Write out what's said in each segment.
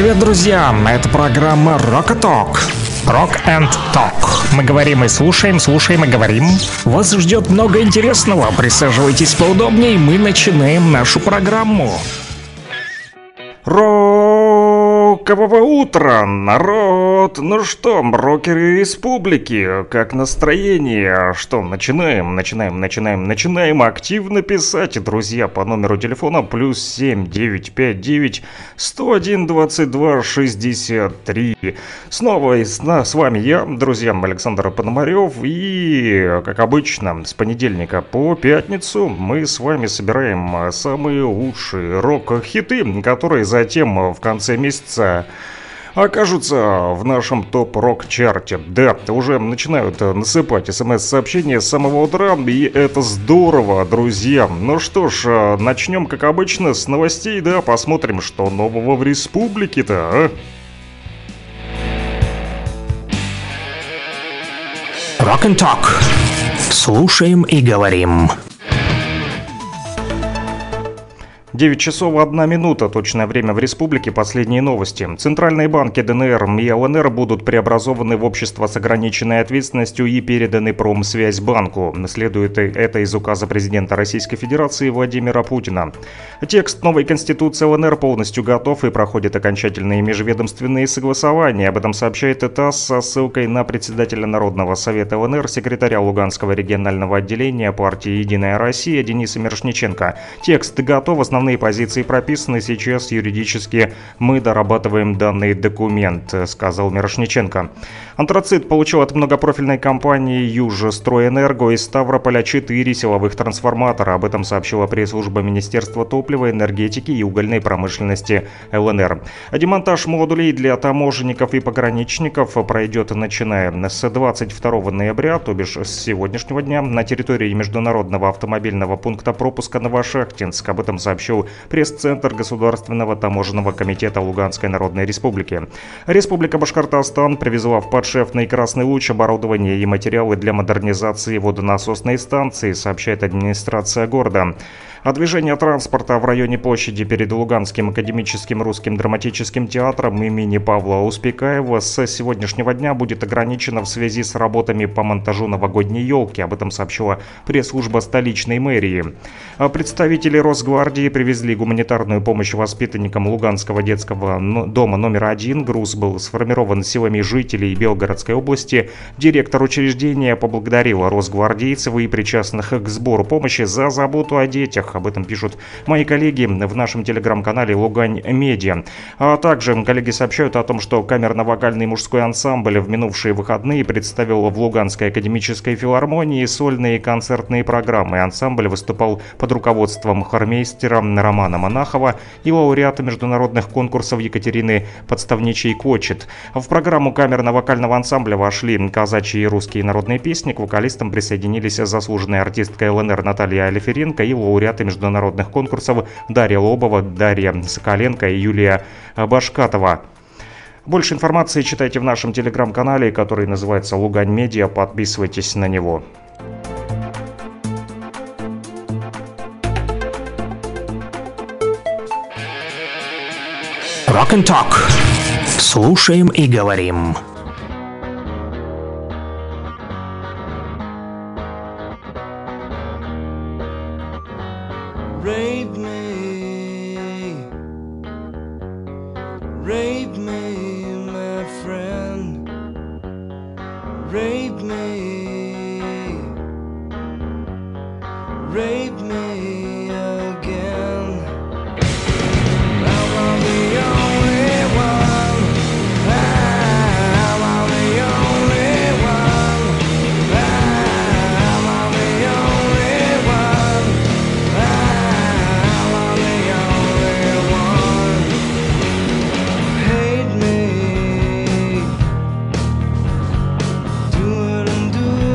Привет, друзья! Это программа Rock Talk. Rock and Talk. Мы говорим и слушаем, слушаем и говорим. Вас ждет много интересного. Присаживайтесь поудобнее, мы начинаем нашу программу. Рокового утра, народ! Ну что, рокеры республики, как настроение? Что, начинаем активно писать, друзья, по номеру телефона +7 959 101 22 63. Снова с вами я, друзья, Александр Пономарев, и, как обычно, с понедельника по пятницу мы с вами собираем самые лучшие рок-хиты, которые затем в конце месяца окажутся в нашем топ-рок-чарте. Да, уже начинают насыпать смс-сообщения с самого утра, и это здорово, друзья. Ну что ж, начнем, как обычно, с новостей, да, посмотрим, что нового в республике-то, а? Rock and Talk. Слушаем и говорим. 9 часов 1 минута, точное время в республике, последние новости. Центральные банки ДНР и ЛНР будут преобразованы в общество с ограниченной ответственностью и переданы Промсвязьбанку. Следует это из указа президента Российской Федерации Владимира Путина. Текст новой конституции ЛНР полностью готов и проходит окончательные межведомственные согласования. Об этом сообщает ТАСС со ссылкой на председателя Народного совета ЛНР, секретаря Луганского регионального отделения партии «Единая Россия» Дениса Мирошниченко. Текст готов, основные позиции прописаны, сейчас юридически мы дорабатываем данный документ, сказал Мирошниченко. Антрацит получил от многопрофильной компании «Южстройэнерго» из Ставрополя 4 силовых трансформатора. Об этом сообщила пресс-служба Министерства топлива, энергетики и угольной промышленности ЛНР. Демонтаж модулей для таможенников и пограничников пройдет начиная с 22 ноября, то бишь с сегодняшнего дня, на территории Международного автомобильного пункта пропуска Новошахтинск. Об этом сообщил пресс-центр Государственного таможенного комитета Луганской Народной Республики. Республика Башкортостан привезла в подшефный Красный Луч оборудование и материалы для модернизации водонасосной станции, сообщает администрация города. А движение транспорта в районе площади перед Луганским академическим русским драматическим театром имени Павла Успекаева с сегодняшнего дня будет ограничено в связи с работами по монтажу новогодней елки. Об этом сообщила пресс-служба столичной мэрии. Представители Росгвардии привезли гуманитарную помощь воспитанникам Луганского детского дома номер 1. Груз был сформирован силами жителей Белгородской области. Директор учреждения поблагодарил росгвардейцев и причастных к сбору помощи за заботу о детях. Об этом пишут мои коллеги в нашем телеграм-канале «Лугань Медиа». А также коллеги сообщают о том, что камерно-вокальный мужской ансамбль в минувшие выходные представил в Луганской академической филармонии сольные концертные программы. Ансамбль выступал под руководством хормейстера Романа Монахова и лауреата международных конкурсов Екатерины Подставничей-Кочет. В программу камерно-вокального ансамбля вошли казачьи и русские народные песни. К вокалистам присоединились заслуженная артистка ЛНР Наталья Алиференко и лауреаты международных конкурсов Дарья Лобова, Дарья Соколенко и Юлия Башкатова. Больше информации читайте в нашем телеграм-канале, который называется «Лугань Медиа». Подписывайтесь на него. Rock and Talk. Слушаем и говорим. Rape me, my friend. Rape me again. I'm the only one. I'm the only one. I'm the only one. I'm the only one. Hate me. Do it and do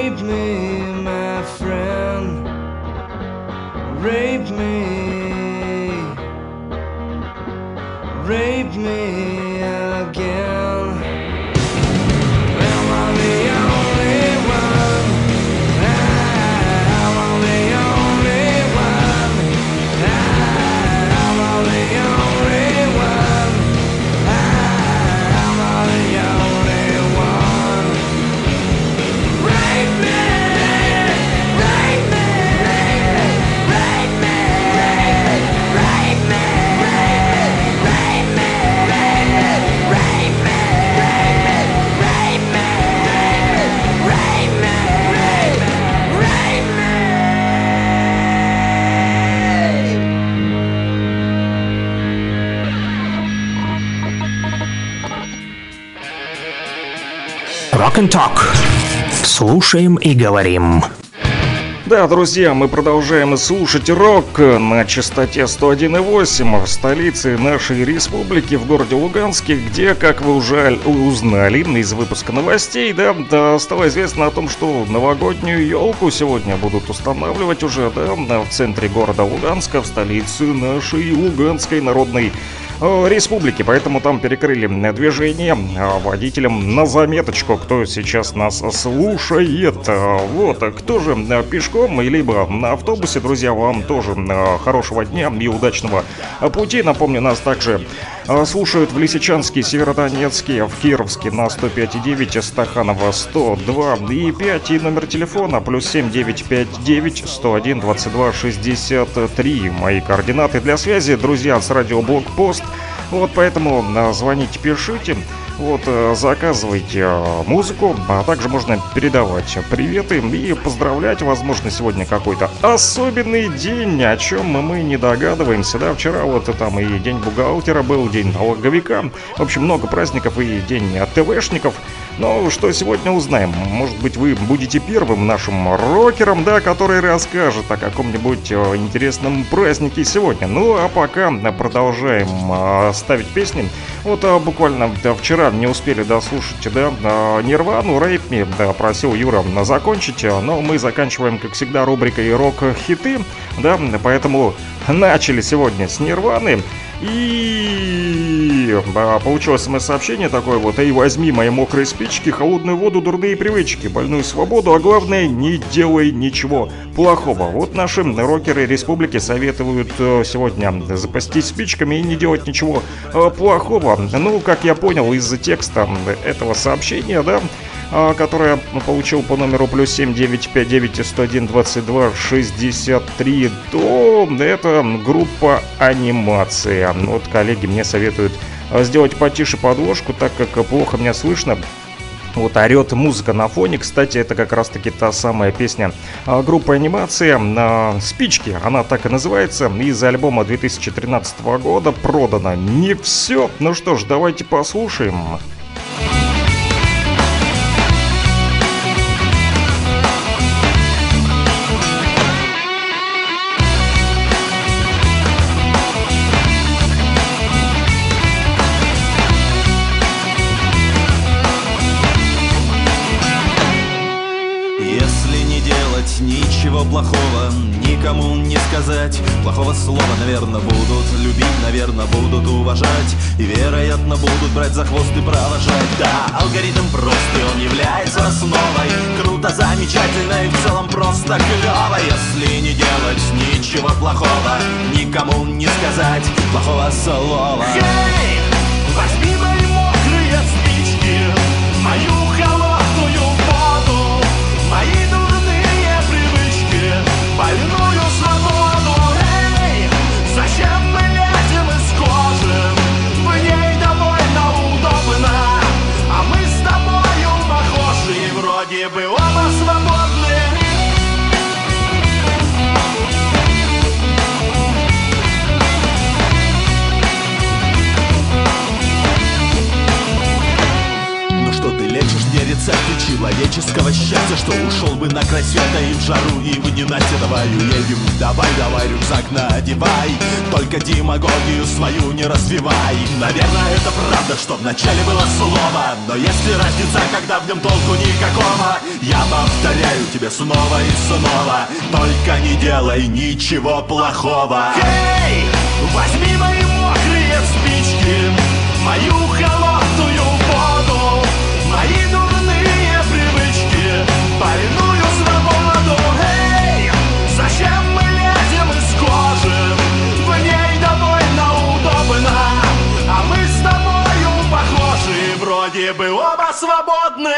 Rape me, my friend. Rape me. Rape me again. Am I the only one? Am I the only one? Am I the only one? Am I the only one? Rape me! Rape me! Rape me! Rape me! Rape me! Rape me! Rape me! Rape me! Rape me! Rock and Talk. Слушаем и говорим. Да, друзья, мы продолжаем слушать рок на частоте 101,8 в столице нашей республики, в городе Луганске, где, как вы уже узнали из выпуска новостей, да, стало известно о том, что новогоднюю елку сегодня будут устанавливать уже, да, в центре города Луганска, в столице нашей Луганской народной республики, поэтому там перекрыли движение водителям на заметочку, кто сейчас нас слушает. Вот, кто же пешком, либо на автобусе, друзья, вам тоже хорошего дня и удачного пути. Напомню, нас также слушают в Лисичанске, Северодонецке, в Кировске на 105,9, Стаханова 102,5 и номер телефона +7 959 101 22 63. Мои координаты для связи, друзья, с радио Блокпост. Вот поэтому звоните, пишите, вот, заказывайте музыку, а также можно передавать приветы и поздравлять, возможно, сегодня какой-то особенный день, о чем мы не догадываемся, да, вчера вот там и день бухгалтера был, день налоговика, в общем, много праздников и день ТВшников. Но что сегодня узнаем? Может быть, вы будете первым нашим рокером, да, который расскажет о каком-нибудь интересном празднике сегодня. Ну, а пока продолжаем ставить песни. Вот буквально вчера не успели дослушать, да, Нирвану, Rape Me, да, просил Юра закончить, но мы заканчиваем, как всегда, рубрикой рок-хиты, да, поэтому начали сегодня с Нирваны. И получилось смс-сообщение такое вот: «Эй, возьми мои мокрые спички, холодную воду, дурные привычки, больную свободу, а главное, не делай ничего плохого». Вот наши рокеры республики советуют сегодня запастись спичками и не делать ничего плохого. Ну, как я понял из текста этого сообщения, да, которое получил по номеру +7 959 101 22 63, то это группа «Анимация». Вот коллеги мне советуют сделать потише подложку, так как плохо меня слышно. Вот орет музыка на фоне. Кстати, это как раз-таки та самая песня группы «Анимация». «Спички», она так и называется. Из альбома 2013 года «Продано не все». Ну что ж, давайте послушаем. Ничего плохого никому не сказать. Плохого слова, наверное, будут любить, наверное, будут уважать. И, вероятно, будут брать за хвост и провожать. Да, алгоритм прост, и он является основой. Круто, замечательно и в целом просто клево. Если не делать ничего плохого, никому не сказать плохого слова. Эй, возьми мои мокрые спички, мою холодную воду, мои больную свободу. Эй, зачем мы лезем из кожи? В ней довольно удобно, а мы с тобою похожи и вроде бы оба свободны. лечишь мне рецепты человеческого счастья, что ушел бы на край света и в жару, и в ненастье. Давай уедем, давай, рюкзак надевай, только демагогию свою не развивай. Наверное, это правда, что вначале было слово, но есть ли разница, когда в нем толку никакого? Я повторяю тебе снова и снова, только не делай ничего плохого. Эй, возьми мои мокрые спички, мою холодную воду, мои дурные привычки, пареную свободу. Эй, зачем мы лезем из кожи? В ней довольно удобно, а мы с тобою похожи, вроде бы оба свободны.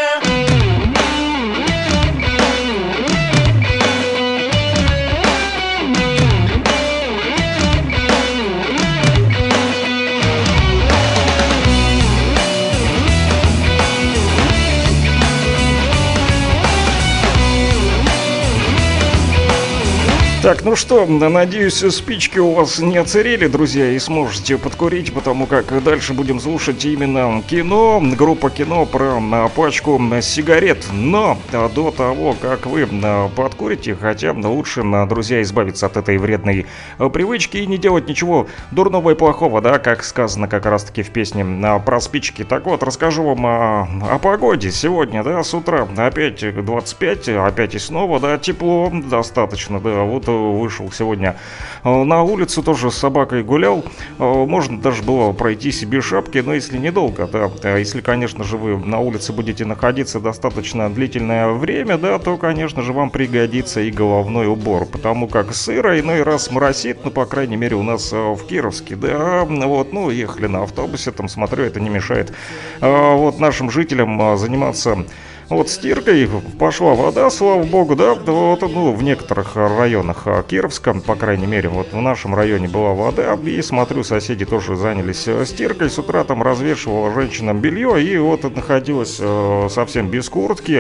Так, ну что, надеюсь, спички у вас не оцарели, друзья, и сможете подкурить, потому как дальше будем слушать именно кино, группа кино про пачку сигарет. Но до того, как вы подкурите, хотя лучше, друзья, избавиться от этой вредной привычки и не делать ничего дурного и плохого, да, как сказано как раз-таки в песне про спички. Так вот, расскажу вам о погоде сегодня, да, с утра опять 25, опять и снова, да, тепло достаточно, да, вот вышел сегодня на улицу, тоже с собакой гулял. Можно даже было пройти себе шапки, но если недолго, да. Если, конечно же, вы на улице будете находиться достаточно длительное время, да, то, конечно же, вам пригодится и головной убор, потому как сыро иной раз моросит, ну, по крайней мере, у нас в Кировске, да, вот, ну, ехали на автобусе, там, смотрю, это не мешает вот нашим жителям заниматься вот стиркой. Пошла вода, слава богу, да, вот, ну, в некоторых районах Кировска, по крайней мере, вот в нашем районе была вода, и смотрю, соседи тоже занялись стиркой, с утра там развешивала женщинам белье, и вот находилась совсем без куртки,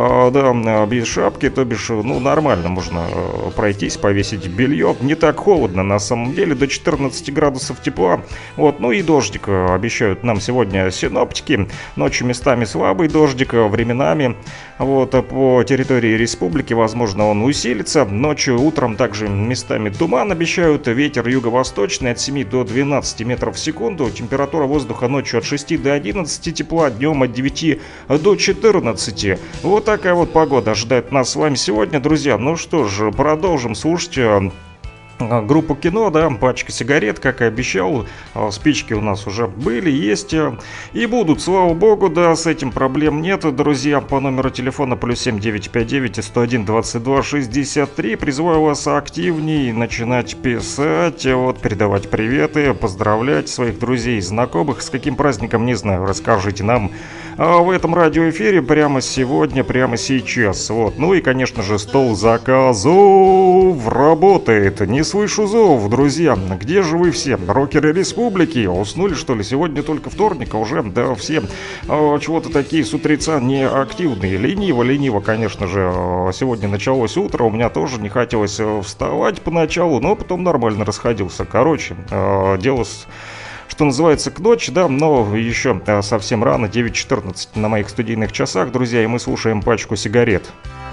да, без шапки, то бишь, ну, нормально можно пройтись, повесить белье, не так холодно на самом деле, до 14 градусов тепла, вот, ну и дождик обещают нам сегодня синоптики, ночью местами слабый дождик, временами вот по территории республики, возможно, он усилится. Ночью, утром также местами туман обещают. Ветер юго-восточный от 7 до 12 метров в секунду. Температура воздуха ночью от 6 до 11 тепла, днем от 9 до 14. Вот такая вот погода ожидает нас с вами сегодня, друзья. Ну что ж, продолжим слушать группу кино, да, пачка сигарет, как и обещал. Спички у нас уже были, есть и будут, слава богу, да, с этим проблем нет, друзья. По номеру телефона +7 959 101 22 63 призываю вас активнее начинать писать, вот, передавать приветы, поздравлять своих друзей и знакомых. С каким праздником, не знаю, расскажите нам в этом радиоэфире прямо сегодня, прямо сейчас. Вот. Ну и, конечно же, стол заказов работает. Не слышу зов, друзья. Где же вы все? Рокеры республики? Уснули, что ли? Сегодня только вторник, а уже, да, все чего-то такие с утреца неактивные. Лениво, конечно же. Сегодня началось утро, у меня тоже не хотелось вставать поначалу, но потом нормально расходился. Короче, дело что называется, к ночи, да, но еще совсем рано, 9:14 на моих студийных часах, друзья, и мы слушаем пачку сигарет.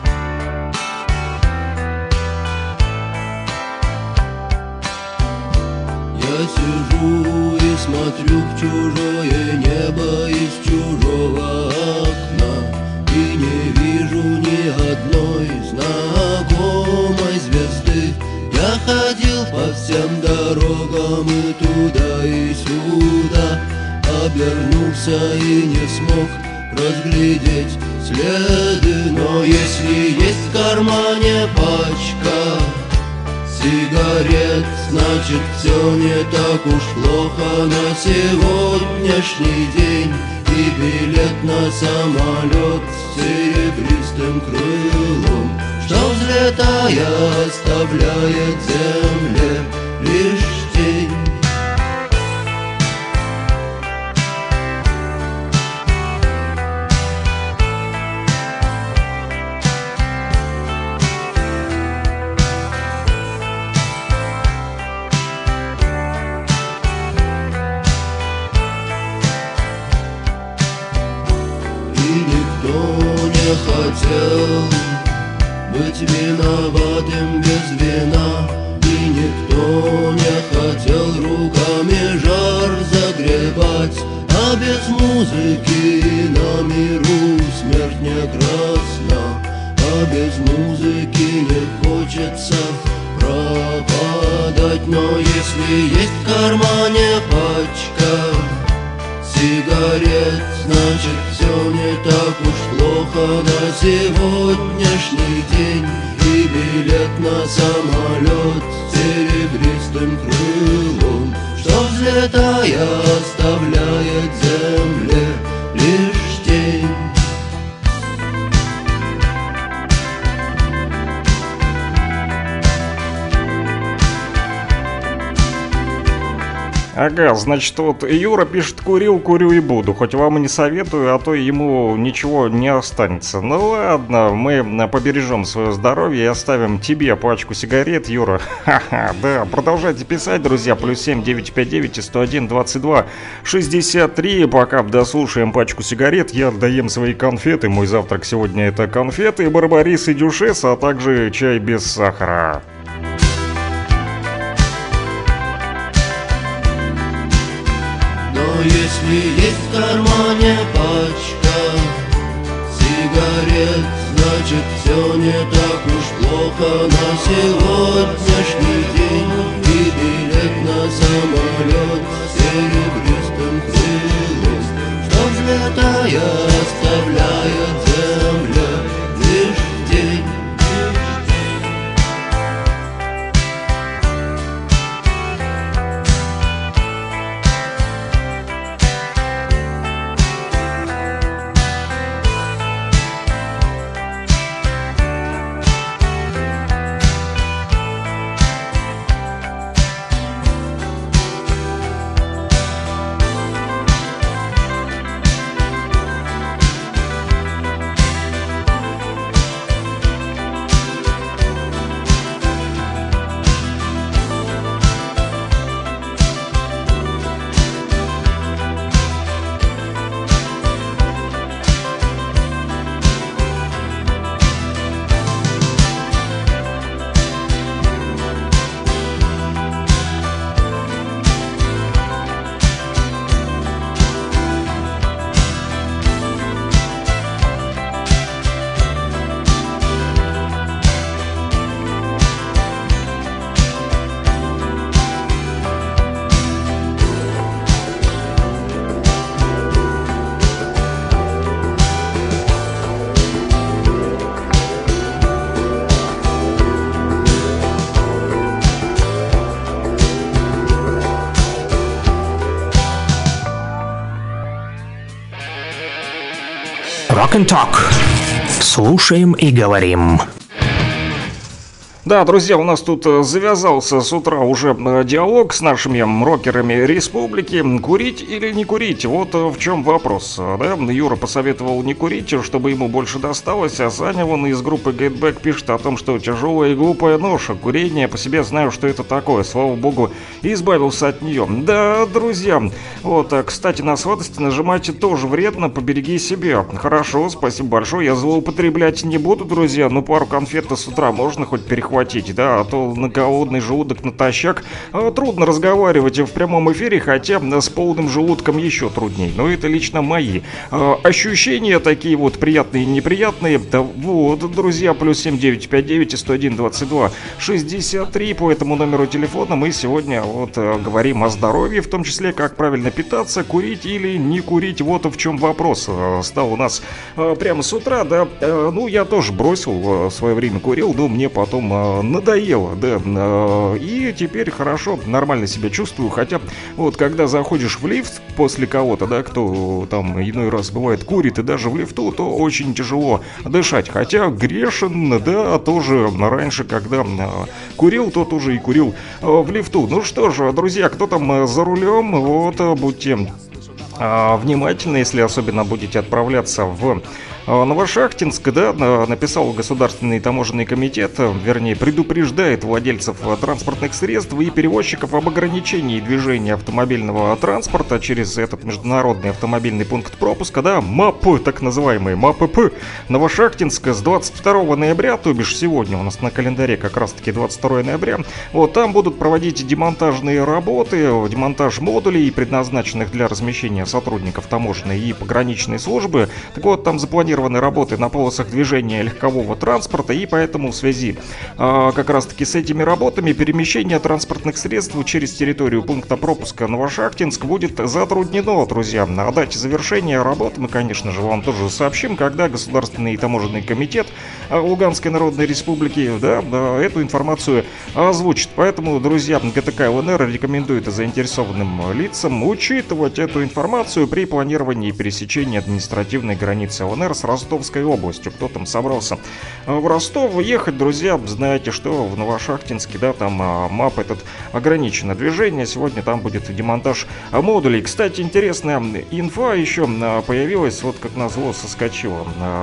Я сижу и смотрю в чужое небо из чужого окна и не вижу ни одной знакомой звезды. Я ходил по всем дорогам и туда, и сюда, обернулся и не смог разглядеть следы. Но если есть в кармане пачка сигарет, значит все не так уж плохо на сегодняшний день. И билет на самолет с серебристым крылом, что, взлетая, оставляет земле лишь тень. И не хотел быть виноватым без вина, и никто не хотел руками жар загребать. А без музыки на миру смерть не красна, а без музыки не хочется пропадать. Но если есть в кармане пачка сигарет, значит все не так уж плохо на сегодняшний день. И билет на самолет с серебристым крылом, что взлетая оставляет земле лишь тень. Ага, значит, вот Юра пишет: курил, курю и буду. Хоть вам и не советую, а то ему ничего не останется. Ну ладно, мы побережем свое здоровье и оставим тебе пачку сигарет, Юра. Ха-ха, да, продолжайте писать, друзья. +7 959 101 22 63. Пока дослушаем пачку сигарет, я доем свои конфеты. Мой завтрак сегодня — это конфеты, барбарис и дюшес, а также чай без сахара. Но если есть в кармане пачка сигарет, значит все не так уж плохо на сегодняшний день. И билет на самолет с серебристым крылом, что взлетая оставляет земля лишь тень. Rock and Talk. Слушаем и говорим. Да, друзья, у нас тут завязался с утра уже диалог с нашими рокерами республики. Курить или не курить? Вот в чем вопрос. Да? Юра посоветовал не курить, чтобы ему больше досталось, а Саня вон из группы Get Back пишет о том, что тяжелая и глупая ноша. Курение, по себе знаю, что это такое. Слава богу, избавился от нее. Да, друзья, вот, кстати, на сладости нажимайте тоже вредно, побереги себя. Хорошо, спасибо большое, я злоупотреблять не буду, друзья, но пару конфет с утра можно хоть перехватить, да, а то на голодный желудок натощак трудно разговаривать в прямом эфире, хотя с полным желудком еще труднее. Но это лично мои ощущения такие вот приятные и неприятные. Да, вот, друзья, +7 959 101 22 63 по этому номеру телефона мы сегодня вот говорим о здоровье, в том числе как правильно питаться, курить или не курить. Вот в чем вопрос стал у нас прямо с утра, да. Ну, я тоже бросил, в свое время курил, но мне потом надоело, да, и теперь хорошо, нормально себя чувствую, хотя вот когда заходишь в лифт после кого-то, да, кто там иной раз бывает курит, и даже в лифту, то очень тяжело дышать, хотя грешен, да, тоже раньше, когда курил, то тоже и курил в лифту. Ну что ж, друзья, кто там за рулем, вот, будьте внимательны, если особенно будете отправляться в Новошахтинск, да, написал Государственный таможенный комитет, вернее, предупреждает владельцев транспортных средств и перевозчиков об ограничении движения автомобильного транспорта через этот международный автомобильный пункт пропуска, да, МАП, так называемый МАПП, Новошахтинск с 22 ноября, то бишь сегодня у нас на календаре как раз-таки 22 ноября, вот там будут проводить демонтажные работы, демонтаж модулей, предназначенных для размещения сотрудников таможенной и пограничной службы. Так вот, там запланированы работы на полосах движения легкового транспорта, и поэтому в связи как раз-таки с этими работами перемещение транспортных средств через территорию пункта пропуска Новошахтинск будет затруднено, друзья. О дате завершения работ мы, конечно же, вам тоже сообщим, когда Государственный таможенный комитет Луганской Народной Республики, да, эту информацию озвучит. Поэтому, друзья, ГТК ЛНР рекомендует заинтересованным лицам учитывать эту информацию при планировании пересечения административной границы ЛНР с Ростовской областью. Кто там собрался в Ростов ехать, друзья, знаете, что в Новошахтинске, да, там МАП этот ограничено движение. Сегодня там будет демонтаж модулей. Кстати, интересная инфа еще появилась, вот как назло соскочила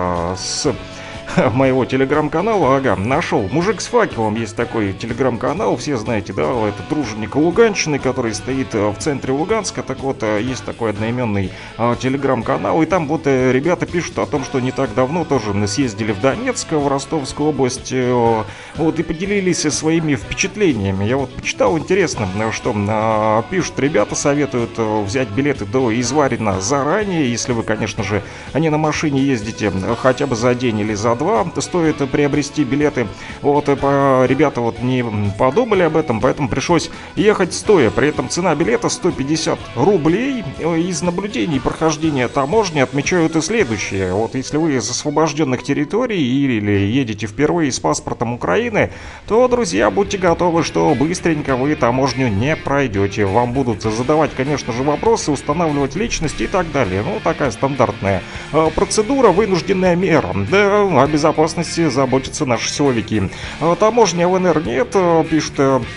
с моего телеграм-канала, нашел. Мужик с факелом, есть такой телеграм-канал, все знаете, да, это труженик Луганщины, который стоит в центре Луганска. Так вот, есть такой одноименный телеграм-канал, и там вот ребята пишут о том, что не так давно тоже съездили в Донецк, в Ростовскую область, вот, и поделились своими впечатлениями. Я вот почитал, интересно, что пишут ребята, советуют взять билеты до Изварина заранее, если вы, конечно же, не на машине ездите, хотя бы за день или за два стоит приобрести билеты. Вот, ребята вот не подумали об этом, поэтому пришлось ехать стоя. При этом цена билета 150 рублей. Из наблюдений прохождения таможни отмечают и следующее. Вот если вы из освобожденных территорий или едете впервые с паспортом Украины, то, друзья, будьте готовы, что быстренько вы таможню не пройдете. Вам будут задавать, конечно же, вопросы, устанавливать личность и так далее. Ну, такая стандартная процедура, вынужденная мера. Да, о безопасности заботятся наши силовики. Таможня ЛНР нет, пишет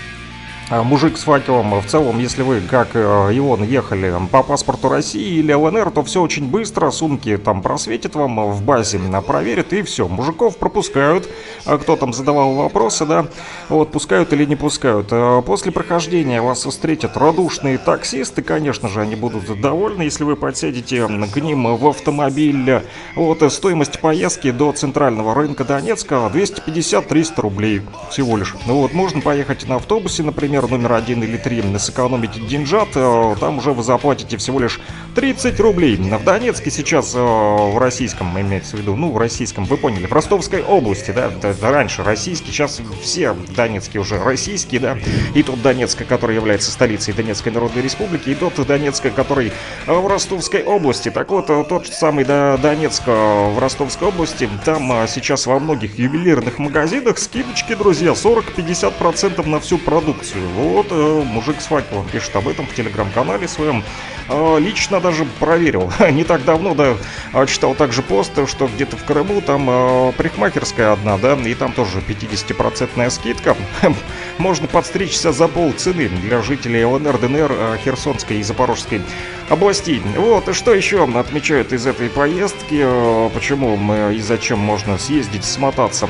мужик с факелом. В целом, если вы, как и он, ехали по паспорту России или ЛНР, то все очень быстро, сумки там просветят вам в базе, проверят, и все, мужиков пропускают. Кто там задавал вопросы, да, вот, пускают или не пускают. После прохождения вас встретят радушные таксисты, конечно же, они будут довольны, если вы подсядете к ним в автомобиль. Вот, стоимость поездки до центрального рынка Донецка 250-300 рублей всего лишь. Вот, можно поехать на автобусе, например, номер 1 или 3, сэкономите деньжат, там уже вы заплатите всего лишь 30 рублей. В Донецке сейчас, в российском, имеется в виду, ну, в российском, вы поняли, в Ростовской области, да, раньше российский, сейчас все Донецкие уже российские, да, и тот Донецк, который является столицей Донецкой Народной Республики, и тот Донецк, который в Ростовской области. Так вот, тот же самый Донецк в Ростовской области, там сейчас во многих ювелирных магазинах скидочки, друзья, 40-50% на всю продукцию. Вот, мужик с факелом пишет об этом в телеграм-канале своем. Лично даже проверил. Не так давно, да, читал также пост, что где-то в Крыму там парикмахерская одна, да, и там тоже 50% скидка. Можно подстричься за полцены для жителей ЛНР, ДНР, Херсонской и Запорожской областей. Вот, и что еще отмечают из этой поездки, почему и зачем можно съездить, смотаться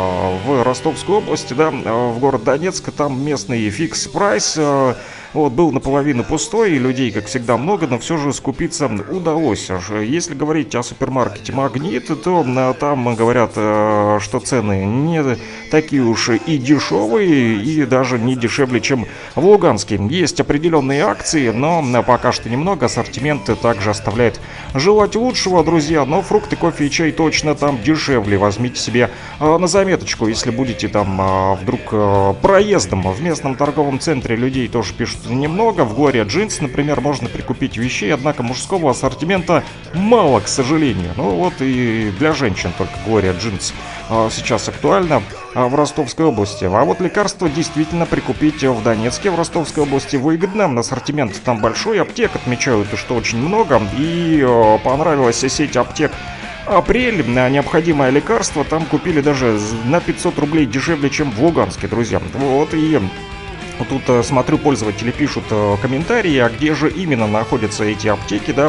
в Ростовскую область, да, в город Донецк, там местный фикс-прайс. Вот, был наполовину пустой, и людей, как всегда, много, но все же скупиться удалось. Если говорить о супермаркете «Магнит», то там говорят, что цены не такие уж и дешевые, и даже не дешевле, чем в Луганске. Есть определенные акции, но пока что немного. Ассортимент также оставляет желать лучшего, друзья. Но фрукты, кофе и чай точно там дешевле. Возьмите себе на заметочку, если будете там вдруг проездом в местном торговом центре. Людей тоже пишут немного. В Глория Джинс, например, можно прикупить вещей, однако мужского ассортимента мало, к сожалению. Ну вот и для женщин только Глория Джинс сейчас актуально в Ростовской области. А вот лекарства действительно прикупить в Донецке, в Ростовской области выгодно. Ассортимент там большой, аптек отмечают, что очень много. И понравилась сеть аптек «Апрель». Необходимое лекарство там купили даже на 500 рублей дешевле, чем в Луганске, друзья. Вот, и тут, смотрю, пользователи пишут комментарии, а где же именно находятся эти аптеки, да.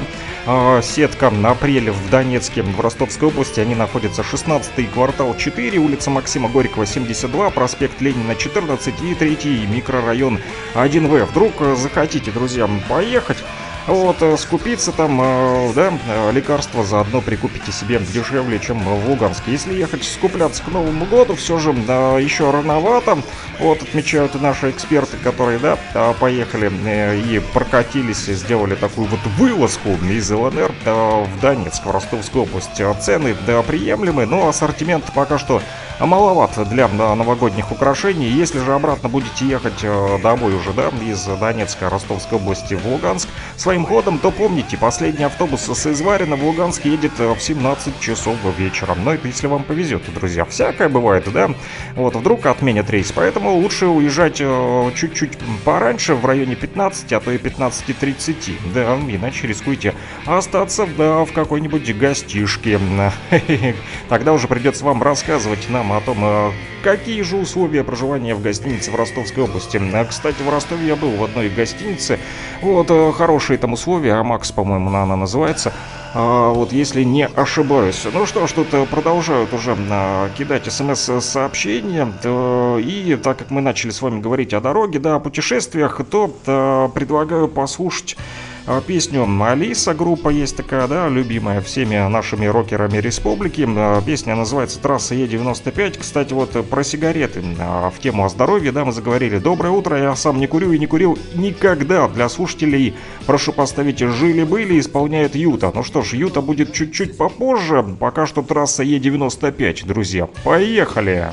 сетка «Апрель» в Донецке, в Ростовской области. Они находятся 16-й квартал 4, улица Максима Горького, 72, проспект Ленина, 14 и 3 микрорайон 1В. Вдруг захотите, друзья, поехать, вот, скупиться там, да, лекарства заодно прикупите себе дешевле, чем в Луганске. Если ехать скупляться к Новому году, все же еще рановато. Вот, отмечают и наши эксперты, которые, да, поехали и прокатились, сделали такую вот вылазку из ЛНР в Донецк, в Ростовскую область. Цены, да, приемлемые, но ассортимент пока что маловат для новогодних украшений. Если же обратно будете ехать домой уже, да, из Донецка, Ростовской области в Луганск своим ходом, то помните, последний автобус с Изварина в Луганск едет в 17 часов вечера. Но это если вам повезет, друзья. Всякое бывает, да. Вот, вдруг отменят рейс. Поэтому лучше уезжать чуть-чуть пораньше, в районе 15, а то и 15:30. Да, иначе рискуете остаться, да, в какой-нибудь гостишке. Тогда уже придется вам рассказывать нам о том, какие же условия проживания в гостинице в Ростовской области. Кстати, в Ростове я был в одной гостинице. Вот, хорошие там условия, Амакс, по-моему, она называется. Вот, если не ошибаюсь. Ну что ж, тут продолжают уже кидать смс-сообщения. И так как мы начали с вами говорить о дороге, да, о путешествиях, то предлагаю послушать песню «Алиса», группа есть такая, да, любимая всеми нашими рокерами республики. Песня называется «Трасса Е95». Кстати, вот про сигареты в тему о здоровье, да, мы заговорили. Доброе утро, я сам не курю и не курил никогда. Для слушателей прошу поставить «Жили-были», исполняет Юта. Ну что ж, Юта будет чуть-чуть попозже. Пока что трасса Е95, друзья. Поехали!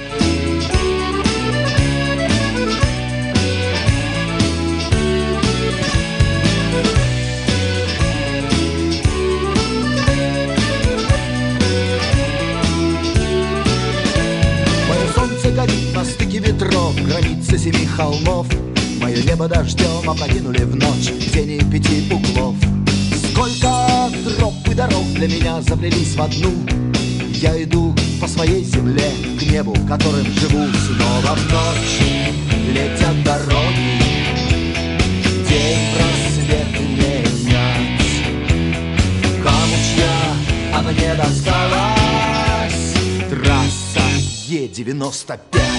Горит на стыке ветров, границы 7 холмов. Мое небо дождем опрокинули в ночь в тени 5 углов. Сколько троп и дорог для меня заплелись в одну. Я иду по своей земле к небу, которым живу. Снова в ночь летят дороги, день просвет менять. Кому чья, а мне досталась трасса Е95.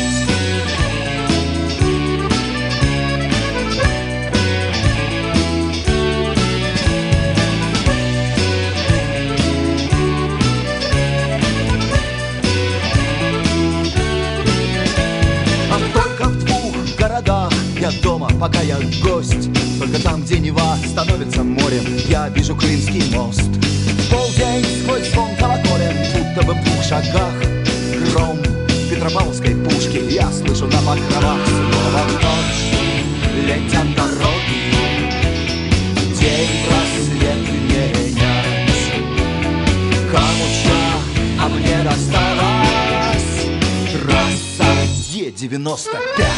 А только в 2 городах я дома, пока я гость. Только там, где Нева становится морем, я вижу Крымский мост. В полдень сквозь звон колоколен, будто бы в 2 шагах гром Петропавловской пушки я слышу на покровах. Снова в ночь летят дороги, день просвет менять. Кому чья, а мне досталась трасса Е95.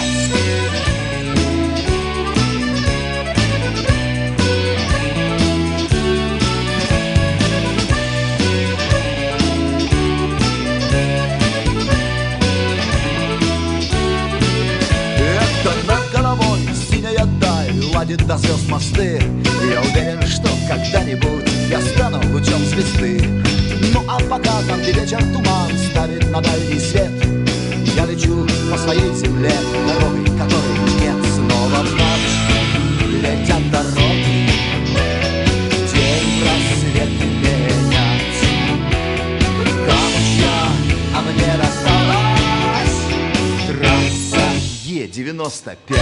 Ладит до звезд мосты. Я уверен, что когда-нибудь я стану лучом звезды. Ну а пока там, где вечер туман ставит на дальний свет, я лечу по своей земле дорогой, которой нет. Снова в ночь летят дороги, день просвет менять. Кому чья, а мне досталась трасса Е95.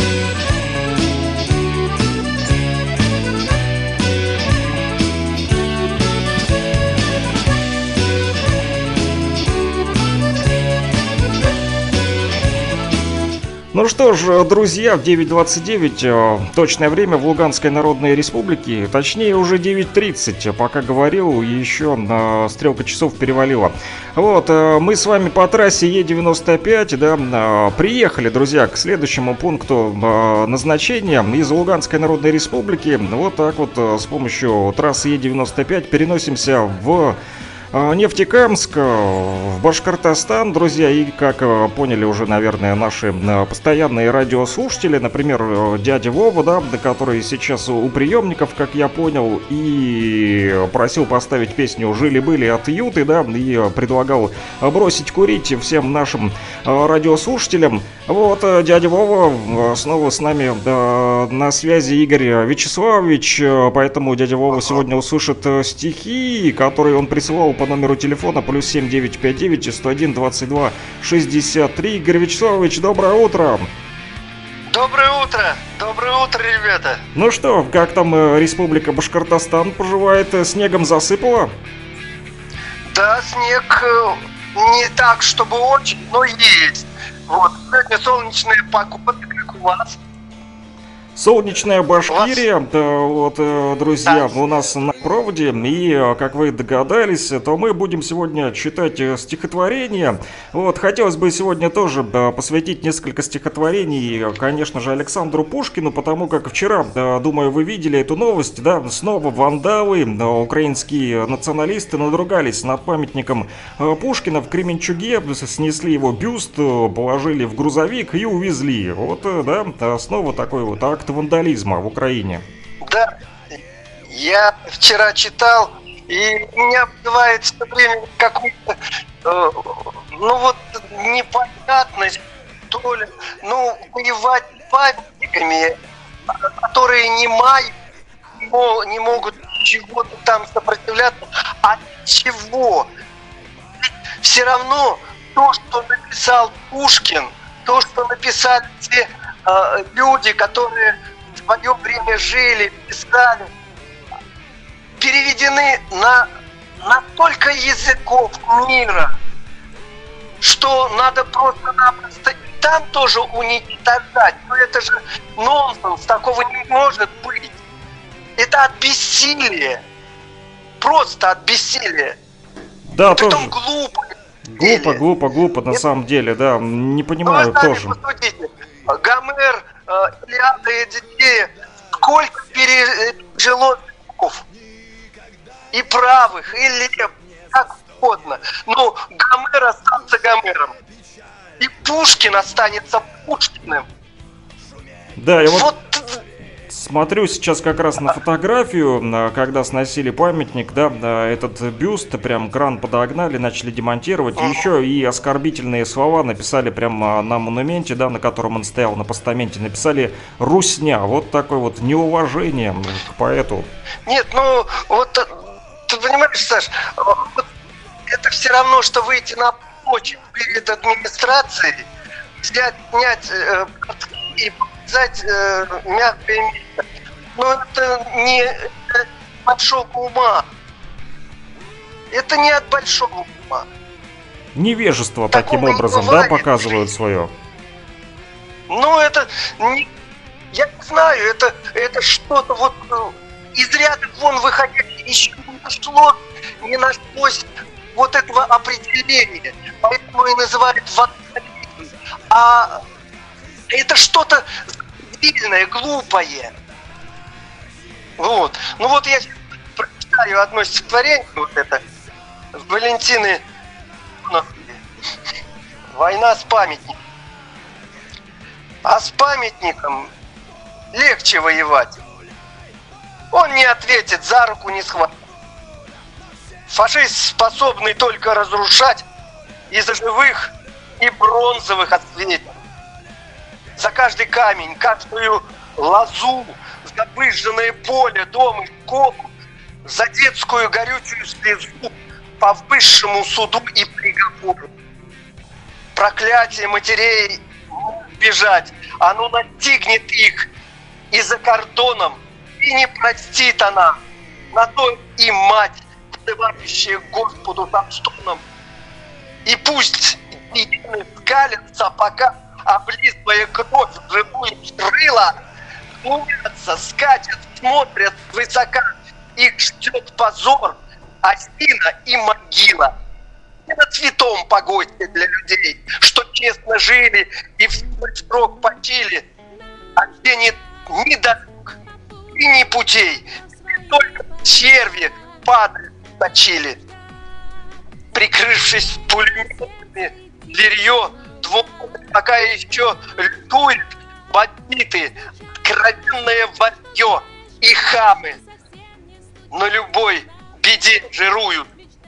Ну что ж, друзья, 9:29, точное время в Луганской Народной Республике, точнее уже 9:30, пока говорил, еще стрелка часов перевалила. Вот, мы с вами по трассе Е95, да, приехали, друзья, к следующему пункту назначения из Луганской Народной Республики. Вот так вот с помощью трассы Е95 переносимся в Нефтекамск, в Башкортостан, друзья, и как поняли уже, наверное, наши постоянные радиослушатели, например, дядя Вова, да, который сейчас у приемников, как я понял, и просил поставить песню «Жили-были» от Юты, да, и предлагал бросить курить всем нашим радиослушателям. Вот, дядя Вова снова с нами на связи, Игорь Вячеславович, поэтому дядя Вова сегодня услышит стихи, которые он присылал по номеру телефона +7 959 101 22 63. Игорь Вячеславович, доброе утро! Доброе утро, ребята! Ну что, как там Республика Башкортостан поживает? Снегом засыпало? Да, снег не так, чтобы очень, но есть. Вот, сегодня солнечная погода, как у вас. Солнечная Башкирия, вот, друзья, у нас на проводе, и, как вы догадались, то мы будем сегодня читать стихотворения. Вот, хотелось бы сегодня тоже посвятить несколько стихотворений, конечно же, Александру Пушкину, потому как вчера, думаю, вы видели эту новость, да, снова вандалы, украинские националисты надругались над памятником Пушкина в Кременчуге, снесли его бюст, положили в грузовик и увезли. Вот, да, снова такой вот акт вандализма в Украине. Да, я вчера читал, и у меня бывает все время какой-то, ну вот, непонятность, то ли, ну, воевать с памятниками, которые не могут чего-то там сопротивляться, от чего? Все равно то, что написал Пушкин, то, что написали те люди, которые в свое время жили, писали, переведены на столько языков мира, что надо просто-напросто и там тоже уничтожать. Но это же нонсенс, такого не может быть. Это от бессилия. Просто от бессилия. Да, и притом тоже. Глупо, на самом деле, да, не понимаю тоже. Посудите. Гомер, Илиада и Одиссея, сколько пережило веков. И правых, и левых, как угодно. Но Гомер остался Гомером. И Пушкин останется Пушкиным. Да, и вот смотрю сейчас как раз на фотографию, когда сносили памятник, да, этот бюст, прям кран подогнали, начали демонтировать, и еще и оскорбительные слова написали прямо на монументе, да, на котором он стоял, на постаменте, написали «Русня». Вот такое вот неуважение к поэту. Нет, ну, вот, ты понимаешь, Саш, вот, это все равно, что выйти на площадь перед администрацией, снять и показать мягкое место. Но это не от большого ума. Это не от большого ума. Невежество таким образом, да, показывают свое? Ну, это не... Я не знаю, это что-то вот из ряда вон выходящее, еще не нашлось вот этого определения. Поэтому и называют вандализм. А это что-то запредельное, глупое. Вот. Ну вот я прочитаю одно стихотворение, вот это, Валентины «Война с памятником». А с памятником легче воевать. Он не ответит, за руку не схватит. Фашист, способный только разрушать, из живых и бронзовых отсветит. За каждый камень, каждую лозу, за выжженное поле, дом и школу, за детскую горючую слезу, по высшему суду и приговору. Проклятие матерей бежать, оно настигнет их, и за кордоном, и не простит она, на то и мать, взывающая к Господу со стоном. И пусть гиены скалятся, пока облизывая кровь живую крыла, глумятся, скачут, смотрят высока, их ждет позор, осина и могила. Не на цветом погости для людей, что честно жили и в свой срок почили, а где нет ни дорог и ни путей, только черви падают точили. прикрывшись пулеметами, лирье, пока еще лютует бандиты, откровенное варье и хамы на любой беде жируют.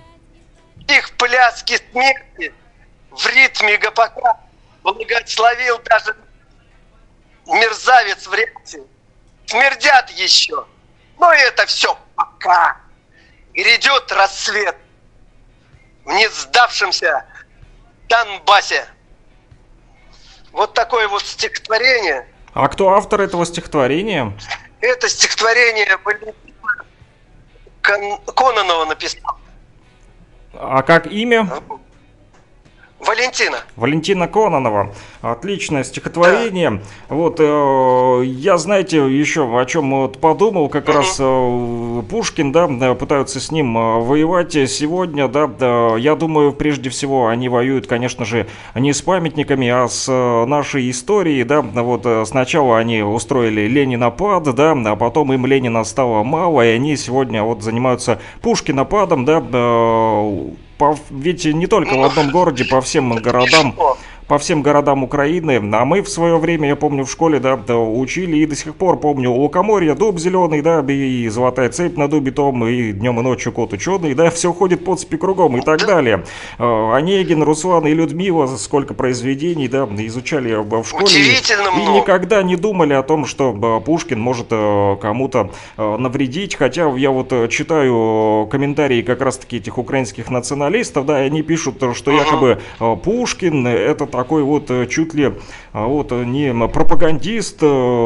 Их пляски смерти в ритме ГПК благословил даже мерзавец в рясе. Смердят еще, но это все пока. Грядет рассвет в не сдавшемся Донбассе. Вот такое вот стихотворение. А кто автор этого стихотворения? Это стихотворение Валентина Кононова написал. А как имя? Валентина. Валентина Кононова. Отличное стихотворение. Да. Вот, я, знаете, еще о чем вот подумал, как раз Пушкин, да, пытаются с ним воевать сегодня, да, я думаю, прежде всего, они воюют, конечно же, не с памятниками, а с нашей историей, да, вот сначала они устроили Ленинопад, да, а потом им Ленина стало мало, и они сегодня вот занимаются Пушкинопадом, да, ведь не только в одном городе, по всем городам Украины. А мы в свое время, я помню, в школе, да, учили и до сих пор помню Лукоморье, дуб зеленый, да, и золотая цепь на дубе том, и днем и ночью кот ученый, да, все ходит по цепи кругом и так далее. Онегин, Руслан и Людмила, сколько произведений, да, изучали в школе. Удивительно и много. Никогда не думали о том, что Пушкин может кому-то навредить, хотя я вот читаю комментарии как раз-таки этих украинских националистов, да, и они пишут, что якобы Пушкин это такой вот чуть ли вот не пропагандист,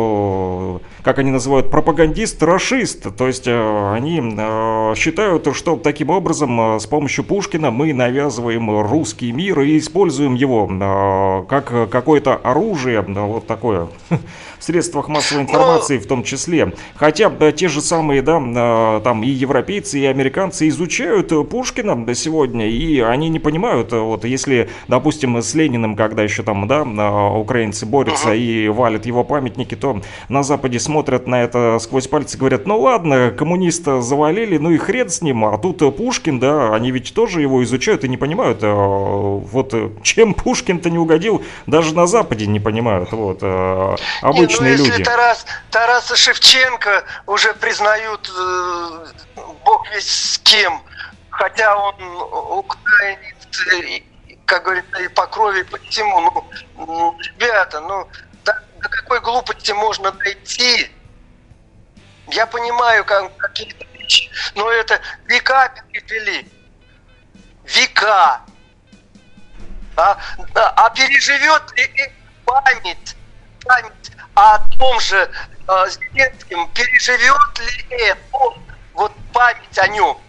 как они называют, пропагандист-рашист. То есть они считают, что таким образом с помощью Пушкина мы навязываем русский мир и используем его как какое-то оружие, вот такое, в средствах массовой информации в том числе. Хотя те же самые, да, там и европейцы, и американцы изучают Пушкина сегодня, и они не понимают, вот если, допустим, с Лениным, когда еще там, да, украинцы борются и валят его памятники, то на Западе смотрят на это сквозь пальцы, говорят, ну ладно, коммуниста завалили, ну и хрен с ним, а тут Пушкин, да, они ведь тоже его изучают и не понимают, вот чем Пушкин-то не угодил, даже на Западе не понимают, вот, обычные если люди. Тараса Шевченко уже признают бог весь с кем, хотя он украинец, как говорится, и по крови, и по всему. Ну ребята, до какой глупости можно дойти? Я понимаю, какие-то вещи, но это века перепели. Века. А переживет ли память о том же Зеленском, переживет ли это, вот память о нем?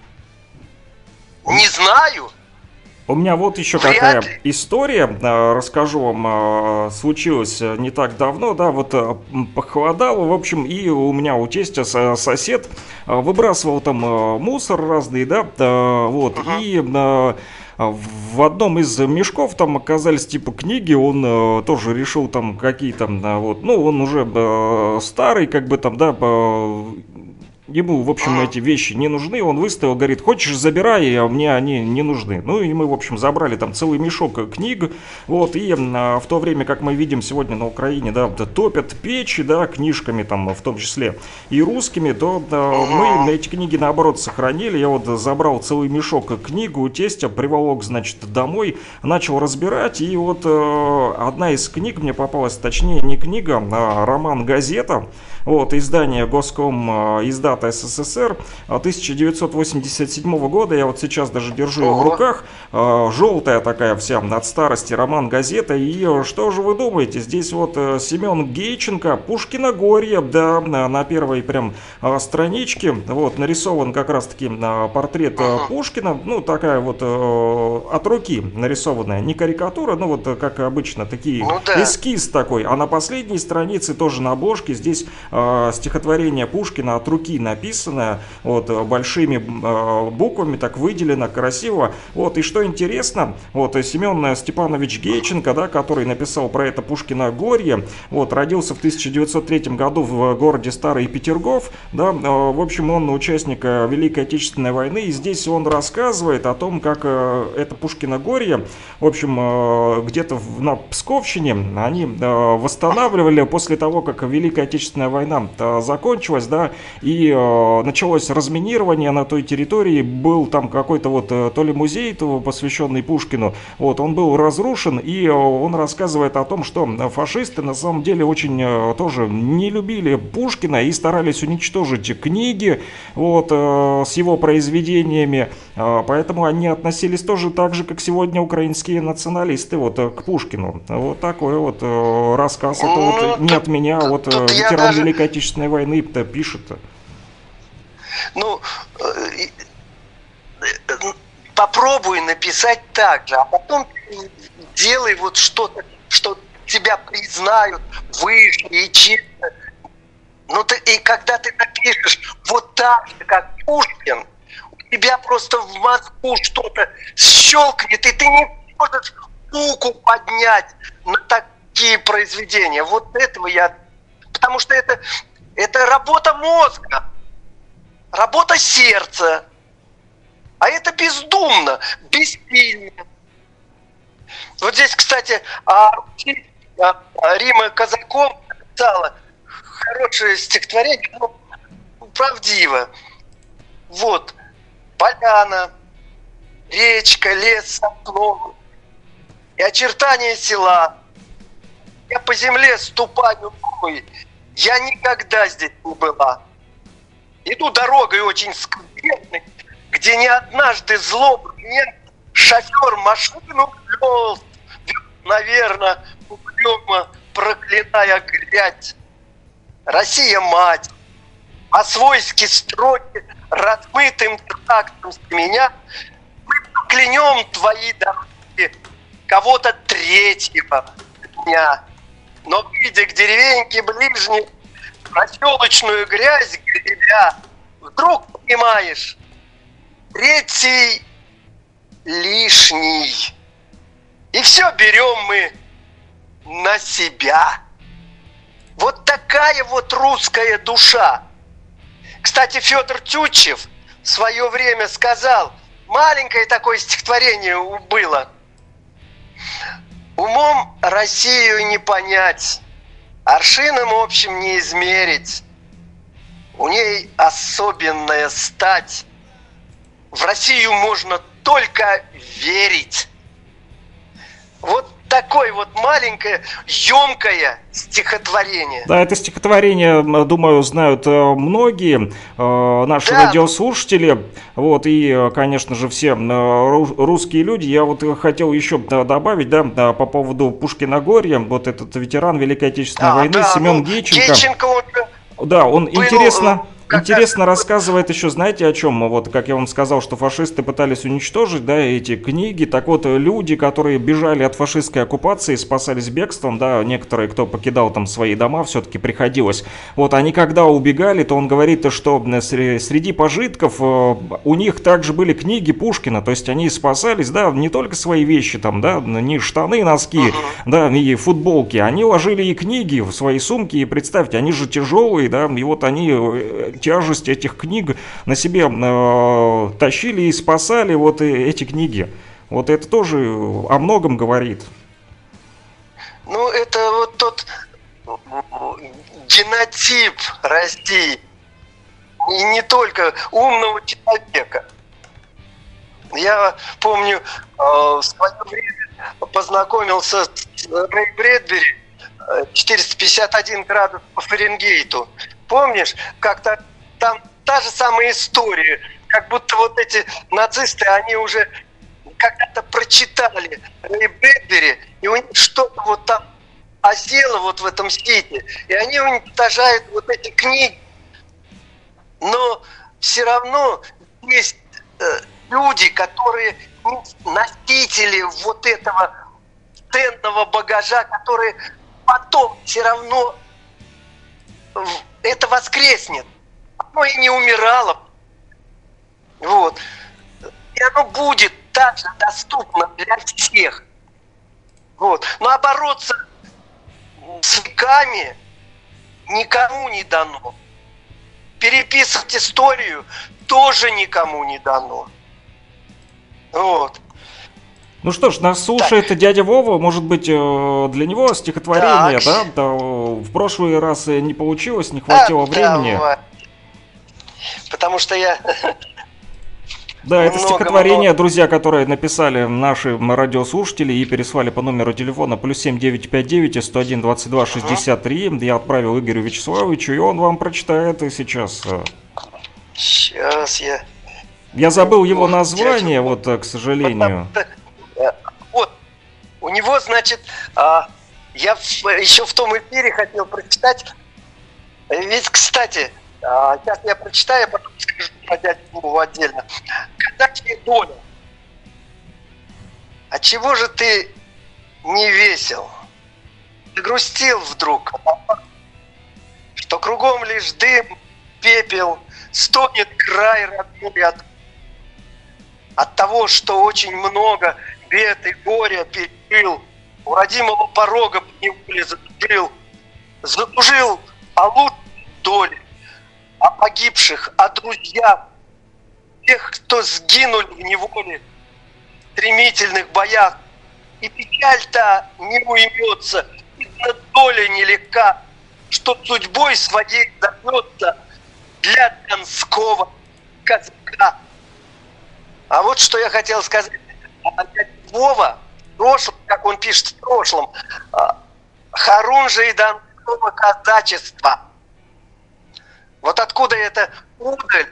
Не знаю. У меня вот еще какая история, расскажу вам, случилась не так давно, да, вот похолодало, в общем, и у меня у тестя сосед выбрасывал там мусор разный, да, вот, и в одном из мешков там оказались типа книги, он тоже решил там какие-то, вот, ну, он уже старый, как бы там, да, ему, в общем, эти вещи не нужны, он выставил, говорит, хочешь, забирай, а мне они не нужны. Ну, и мы, в общем, забрали там целый мешок книг, вот, и в то время, как мы видим сегодня на Украине, да, топят печи, да, книжками там, в том числе и русскими, то мы эти книги, наоборот, сохранили. Я вот забрал целый мешок книг у тестя, приволок, значит, домой, начал разбирать, и вот одна из книг мне попалась, точнее, не книга, а роман «Газета», вот, издание Госком издата СССР 1987 года, я вот сейчас даже держу ее в руках, желтая такая вся от старости, роман «Газета», и что же вы думаете, здесь вот Семен Гейченко, Пушкиногорье, да, на первой прям страничке, вот, нарисован как раз-таки портрет Пушкина, ну, такая вот от руки нарисованная, не карикатура, ну, вот, как обычно, такие, эскиз такой, а на последней странице тоже на обложке здесь стихотворение Пушкина от руки написано, вот, большими буквами, так выделено, красиво. Вот, и что интересно, вот, Семен Степанович Гейченко, да, который написал про это Пушкиногорье, вот, родился в 1903 году в городе Старый Петергоф, да, в общем, он участник Великой Отечественной войны, и здесь он рассказывает о том, как это Пушкиногорье, в общем, где-то на Псковщине они восстанавливали после того, как Великая Отечественная война закончилась, да, и началось разминирование на той территории, был там какой-то вот то ли музей, посвященный Пушкину, вот, он был разрушен, и он рассказывает о том, что фашисты на самом деле очень тоже не любили Пушкина и старались уничтожить книги, вот, с его произведениями, поэтому они относились тоже так же, как сегодня украинские националисты, вот, к Пушкину. Вот такой вот рассказ, это вот не от меня, вот ветеран даже... Великой Отечественной войны пишет. Ну, попробуй написать так же, а потом делай вот что-то, что тебя признают выше и честно. Ну, и когда ты напишешь вот так же, как Пушкин, у тебя просто в мозгу что-то щелкнет, и ты не можешь руку поднять на такие произведения. Вот этого я... Потому что это работа мозга, работа сердца. А это бездумно, бессильно. Вот здесь, кстати, Рима Казакова написала хорошее стихотворение, но правдиво. Вот. Поляна, речка, лес, окно и очертания села. Я по земле ступаю ногой, я никогда здесь не была. Иду дорогой очень скверной, где не однажды злобный шофер машину вез, наверное, угрюмо проклиная грязь. Россия, мать, по-свойски строки, размытым трактом с меня, мы проклянем твои дороги кого-то третьего дня. Но, видя к деревеньке ближней, проселочную грязь гребя, вдруг понимаешь, третий лишний. И все берем мы на себя. Вот такая вот русская душа. Кстати, Федор Тютчев в свое время сказал, маленькое такое стихотворение было: умом Россию не понять, аршином общим не измерить. У ней особенная стать. В Россию можно только верить. Вот такое вот маленькое, емкое стихотворение. Да, это стихотворение, думаю, знают многие наши радиослушатели. Вот, и, конечно же, все русские люди. Я вот хотел еще добавить, да, по поводу Пушкиногорья. Вот этот ветеран Великой Отечественной войны, Семен Гейченко. Да, он интересно рассказывает еще, знаете, о чем? Вот, как я вам сказал, что фашисты пытались уничтожить, да, эти книги. Так вот, люди, которые бежали от фашистской оккупации, спасались бегством, да, некоторые, кто покидал там свои дома, все-таки приходилось. Вот, они когда убегали, то он говорит, что среди пожитков у них также были книги Пушкина, то есть они спасались, да, не только свои вещи там, да, не штаны, носки, да, и футболки, они ложили и книги в свои сумки, и представьте, они же тяжелые, да, и вот они... тяжесть этих книг на себе тащили и спасали вот эти книги. Вот это тоже о многом говорит. Ну, это вот тот генотип России. И не только умного человека. Я помню, в свое время познакомился с Рэй Брэдбери, 451 градус по Фаренгейту. Помнишь, как-то там та же самая история, как будто вот эти нацисты, они уже когда-то прочитали Рэй Брэдбери, и у них что-то вот там осело вот в этом сите, и они уничтожают вот эти книги. Но все равно есть люди, которые носители вот этого ценного багажа, которые потом все равно это воскреснет. оно и не умирало. Вот. И оно будет также доступно для всех. Вот. Ну а бороться с веками никому не дано. Переписывать историю тоже никому не дано. Вот. Ну что ж, нас слушает дядя Вова, может быть, для него стихотворение, Так. да? В прошлый раз не получилось, не хватило времени. Давай. Потому что я... Да, это Много, стихотворение, друзья, которые написали наши радиослушатели и переслали по номеру телефона +7 959 101 22 63. Я отправил Игорю Вячеславовичу, и он вам прочитает сейчас. Сейчас я... Я забыл его название, вот, к сожалению. Вот, у него, значит, я еще в том эфире хотел прочитать. Ведь, кстати, сейчас я прочитаю, а потом скажу про дядю Вову отдельно. Казачья доля. А чего же ты не весел? Ты грустил вдруг, что кругом лишь дым, пепел, стонет край родной от того, что очень много бед и горя пережил, у родимого порога по неволе задушил о лучшей доле, о погибших, о друзьях, тех, кто сгинули в неволе, в стремительных боях. И печаль-то не уймется, видно, доля нелегка, что судьбой своей зовется для донского казака. А вот что я хотел сказать. Вова, в прошлом, как он пишет в прошлом, Харунжий донского казачества. Вот откуда эта удаль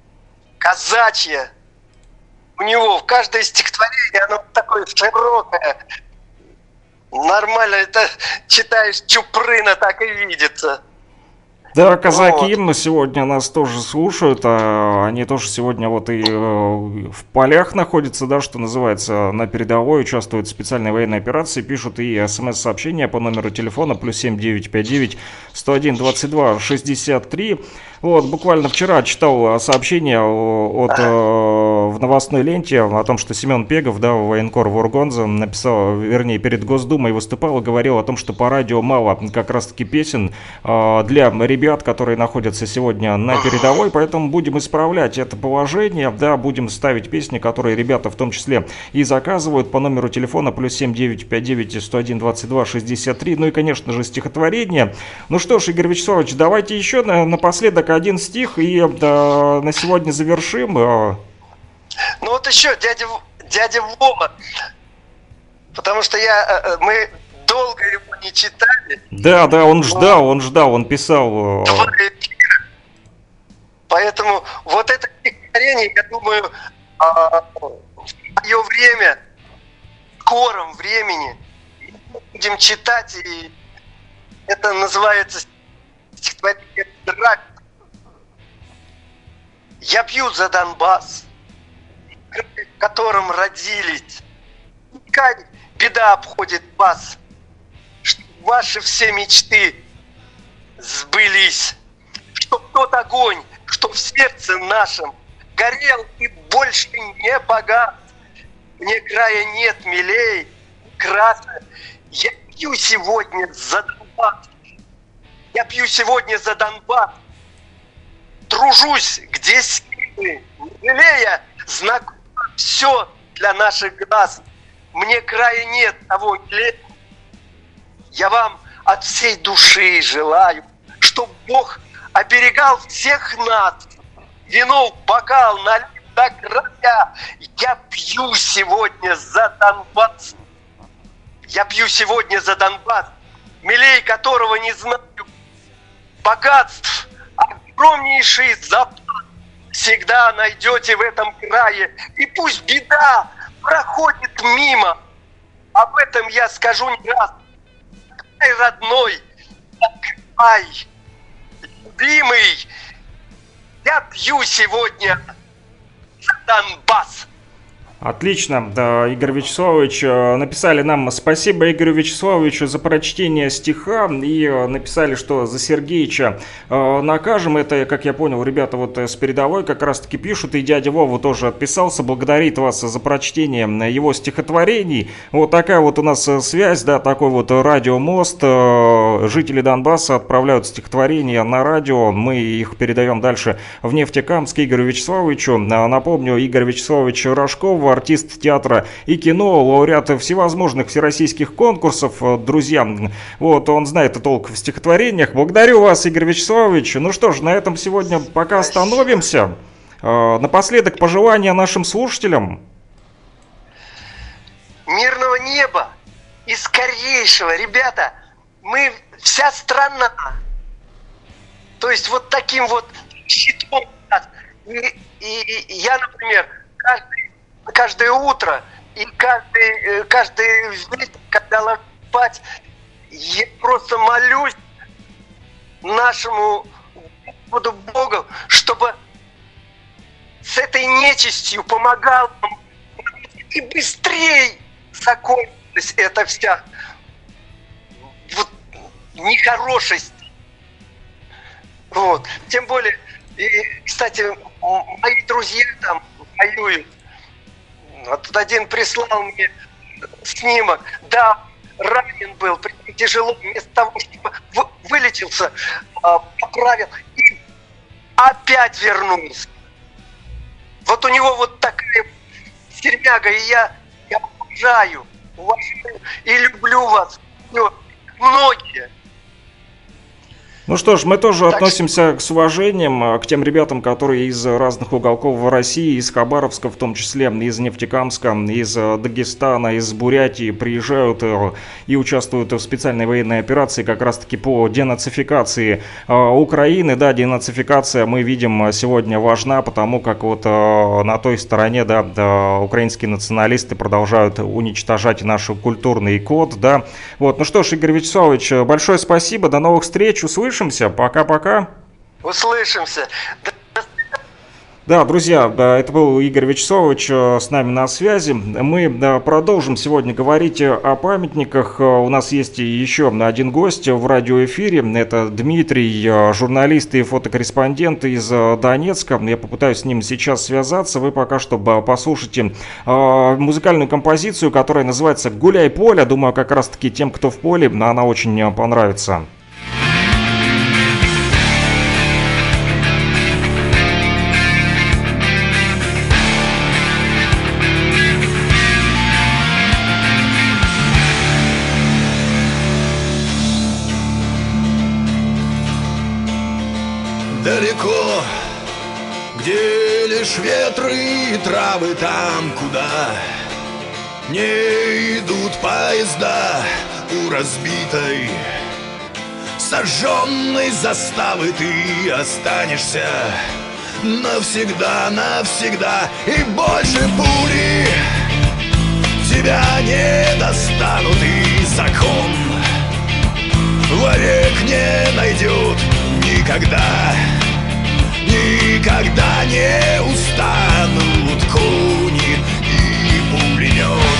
казачья у него. В каждое стихотворение оно такое широкое. Нормально, это читаешь Чупрына, так и видится. Да, казаки сегодня нас тоже слушают, они тоже сегодня вот и в полях находятся, да, что называется, на передовой, участвуют в специальной военной операции, пишут и смс-сообщения по номеру телефона +7 959 101 22 63. Вот, буквально вчера читал сообщение в новостной ленте о том, что Семен Пегов, да, военкор Воргонза, написал, вернее, перед Госдумой выступал и говорил о том, что по радио мало как раз-таки песен для ребят, которые находятся сегодня на передовой, поэтому будем исправлять это положение, да, будем ставить песни, которые ребята в том числе и заказывают по номеру телефона +7 959 101 22 63, ну и, конечно же, стихотворение. Ну что ж, Игорь Вячеславович, давайте еще напоследок один стих и на сегодня завершим. Ну вот еще дядя Вова, потому что мы долго его не читали. Да, он ждал, он писал. Поэтому вот это стихотворение, я думаю, в свое время, в скором времени будем читать, и это называется стихотворение «Драк». Я пью за Донбасс, в котором родились. Пускай беда обходит вас, чтобы ваши все мечты сбылись. Чтоб тот огонь, что в сердце нашем горел и больше не погас. Мне края нет милей, краше. Я пью сегодня за Донбасс. Я пью сегодня за Донбасс. Тружусь, где силы, не жалея, знакомо все для наших глаз. Мне края нет того милей. Я вам от всей души желаю, чтоб Бог оберегал всех нас. Вино в бокал налит до края. Я пью сегодня за Донбасс. Я пью сегодня за Донбасс, милей которого не знаю. Богатств, огромнейший запас всегда найдете в этом крае. И пусть беда проходит мимо, об этом я скажу не раз. Край родной, край любимый, я пью сегодня за Донбасс. Отлично, да, Игорь Вячеславович, написали нам спасибо Игорю Вячеславовичу за прочтение стиха и написали, что за Сергеича накажем. Это, как я понял, ребята вот с передовой как раз-таки пишут, и дядя Вова тоже отписался, благодарит вас за прочтение его стихотворений. Вот такая вот у нас связь, да, такой вот радиомост. Жители Донбасса отправляют стихотворения на радио, мы их передаем дальше в Нефтекамск Игорю Вячеславовичу. Напомню, Игорь Вячеславович Рожков, артист театра и кино, лауреат всевозможных всероссийских конкурсов, друзья. Вот, он знает толк в стихотворениях. Благодарю вас, Игорь Вячеславович. Ну что ж, на этом сегодня пока остановимся. Напоследок пожелания нашим слушателям. Мирного неба и скорейшего, ребята, мы вся страна. То есть вот таким вот щитом. И я, например, каждое утро и каждый вечер, когда ложусь спать, я просто молюсь нашему Господу Богу, чтобы с этой нечистью помогал нам и быстрее закончилась эта вся вот нехорошесть. Вот. Тем более, и, кстати, мои друзья там воюют. Вот один прислал мне снимок. Да, ранен был, тяжело, вместо того, чтобы вылечился, поправил и опять вернулся. Вот у него вот такая сермяга, и я уважаю и люблю вас. Многие. Ну что ж, мы тоже Так относимся с уважением к тем ребятам, которые из разных уголков России, из Хабаровска, в том числе из Нефтекамска, из Дагестана, из Бурятии приезжают и участвуют в специальной военной операции как раз-таки по денацификации Украины. Да, денацификация, мы видим, сегодня важна, потому как вот на той стороне, да, украинские националисты продолжают уничтожать наш культурный код, да. Вот, ну что ж, Игорь Вячеславович, большое спасибо, до новых встреч, услышимся. Пока-пока. Услышимся. Да, друзья, это был Игорь Вячеславович с нами на связи. Мы продолжим сегодня говорить о памятниках. У нас есть еще один гость в радиоэфире. Это Дмитрий, журналист и фотокорреспондент из Донецка. Я попытаюсь с ним сейчас связаться. Вы пока что послушайте музыкальную композицию, которая называется «Гуляй поле». Думаю, как раз-таки тем, кто в поле, она очень понравится. Далеко, где лишь ветры и травы, там, куда не идут поезда, у разбитой, сожженной заставы ты останешься навсегда, навсегда. И больше пули тебя не достанут, и закон вовек не найдет. Никогда, никогда не устанут куни и пулемет.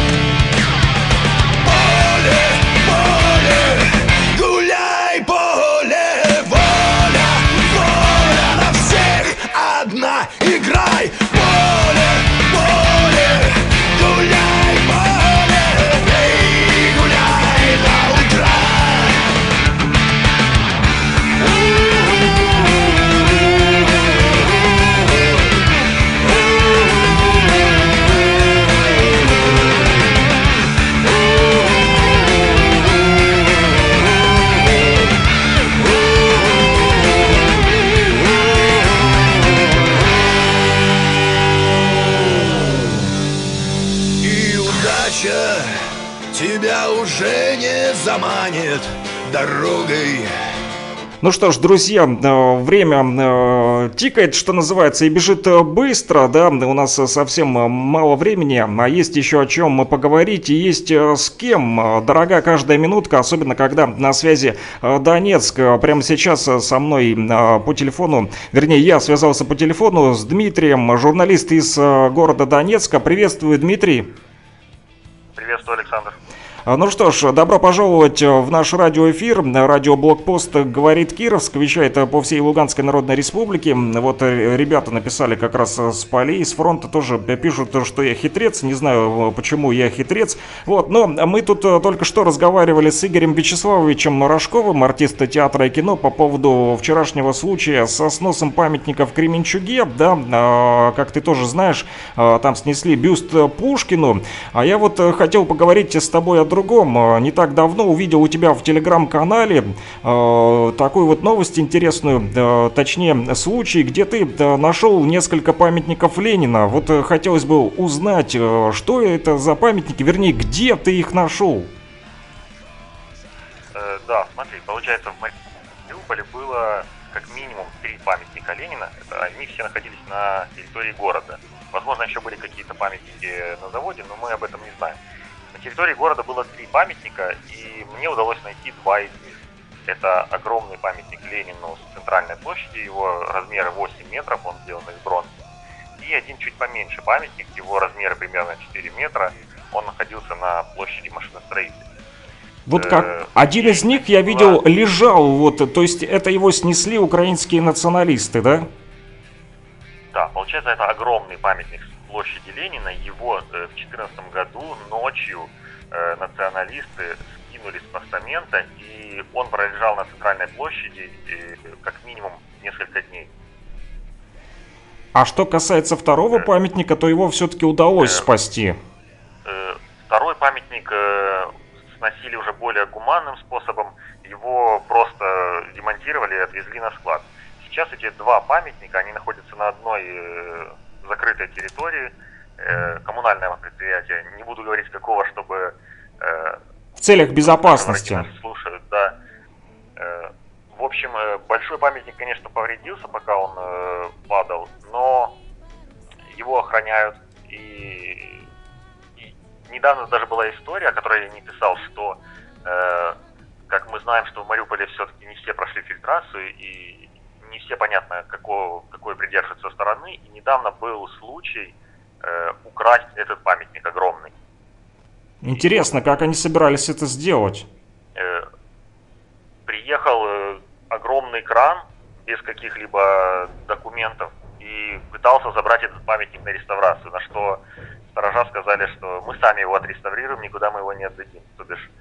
Поле, поле, гуляй, поле, воля, воля на всех одна, играй. Поле, поле, гуляй, поле, и гуляй до утра. Тебя уже не заманит дорогой Ну что ж, друзья, время тикает, что называется, и бежит быстро, да, у нас совсем мало времени, а есть еще о чем поговорить, и есть с кем. Дорога каждая минутка, особенно когда на связи Донецк. Прямо сейчас со мной по телефону, вернее, я связался по телефону с Дмитрием, журналист из города Донецка. Приветствую, Дмитрий. Приветствую, Александр. Ну что ж, добро пожаловать в наш радиоэфир. Радио Блокпост говорит Кировск, вещает по всей Луганской Народной Республике. Вот ребята написали как раз с полей, с фронта тоже пишут, что я хитрец. Не знаю, почему я хитрец. Вот, но мы тут только что разговаривали с Игорем Вячеславовичем Рожковым, артиста театра и кино, по поводу вчерашнего случая со сносом памятника в Кременчуге. Да, как ты тоже знаешь, там снесли бюст Пушкину. А я вот хотел поговорить с тобой о другом. Не так давно увидел у тебя в телеграм-канале такую вот новость интересную, точнее случай, где ты нашел несколько памятников Ленина. Вот хотелось бы узнать, что это за памятники, вернее, где ты их нашел? Да, смотри, получается, в Мариуполе было как минимум 3 памятника Ленина. Они все находились на территории города. Возможно, еще были какие-то памятники на заводе, но мы об этом не знаем. На территории города было 3 памятника, и мне удалось найти 2 из них. Это огромный памятник Ленину с центральной площади, его размеры 8 метров, он сделан из бронзы. И один чуть поменьше памятник, его размеры примерно 4 метра, он находился на площади машиностроителей. Вот как один из них, я видел, лежал, вот, то есть это его снесли украинские националисты, да? Да, получается, это огромный памятник с площади Ленина. Его в 2014 году ночью националисты скинули с постамента, и он пролежал на центральной площади как минимум несколько дней. А что касается второго памятника, то его все-таки удалось спасти. Второй памятник сносили уже более гуманным способом. Его просто демонтировали и отвезли на склад. Сейчас эти 2 памятника, они находятся на одной закрытой территории, коммунальное предприятие, не буду говорить какого, чтобы... В целях безопасности. Нас слушают, да. В общем, большой памятник, конечно, повредился, пока он падал, но его охраняют. И недавно даже была история, о которой я не писал, что, как мы знаем, что в Мариуполе все-таки не все прошли фильтрацию, и не все понятно, какой придерживаются со стороны. И недавно был случай украсть этот памятник огромный. Интересно, как они собирались это сделать? Приехал огромный кран без каких-либо документов и пытался забрать этот памятник на реставрацию, на что сторожа сказали, что мы сами его отреставрируем, никуда мы его не отдадим. То бишь...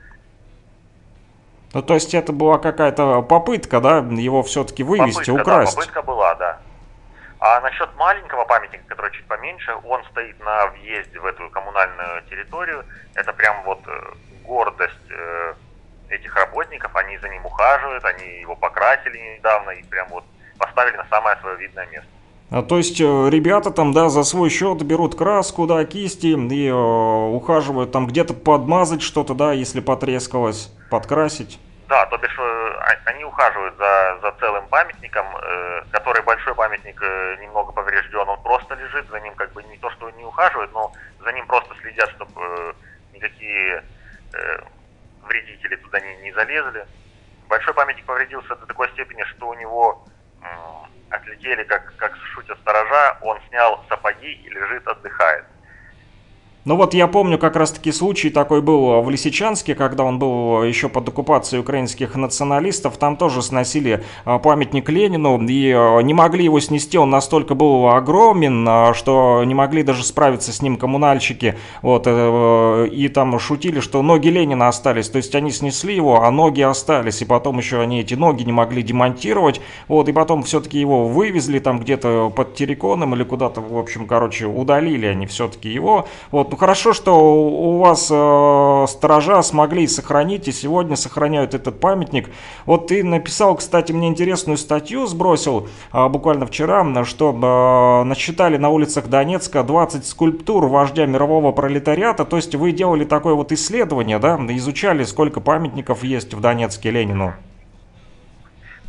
Ну, то есть это была какая-то попытка, да, его все-таки вывести, украсть? Да, попытка была, да. А насчет маленького памятника, который чуть поменьше, он стоит на въезде в эту коммунальную территорию. Это прям вот гордость этих работников, они за ним ухаживают, они его покрасили недавно и прям вот поставили на самое свое видное место. То есть ребята там, да, за свой счет берут краску, да, кисти и ухаживают, там где-то подмазать что-то, да, если потрескалось, подкрасить. Да, то бишь они ухаживают за целым памятником, который большой памятник немного поврежден, он просто лежит, за ним как бы не то, что не ухаживают, но за ним просто следят, чтобы никакие вредители туда не залезли. Большой памятник повредился до такой степени, что у него отлетели, как шутят сторожа, он снял сапоги и лежит, отдыхает. Ну вот я помню, как раз-таки случай такой был в Лисичанске, когда он был еще под оккупацией украинских националистов. Там тоже сносили памятник Ленину и не могли его снести. Он настолько был огромен, что не могли даже справиться с ним коммунальщики. Вот, и там шутили, что ноги Ленина остались. То есть они снесли его, а ноги остались. И потом еще они эти ноги не могли демонтировать. Вот, и потом все-таки его вывезли там где-то под Тереконом или куда-то, в общем, короче, удалили они все-таки его. Вот. Ну хорошо, что у вас сторожа смогли сохранить и сегодня сохраняют этот памятник. Вот ты написал, кстати, мне интересную статью, сбросил буквально вчера, что насчитали на улицах Донецка 20 скульптур вождя мирового пролетариата. То есть вы делали такое вот исследование, да, изучали, сколько памятников есть в Донецке Ленину.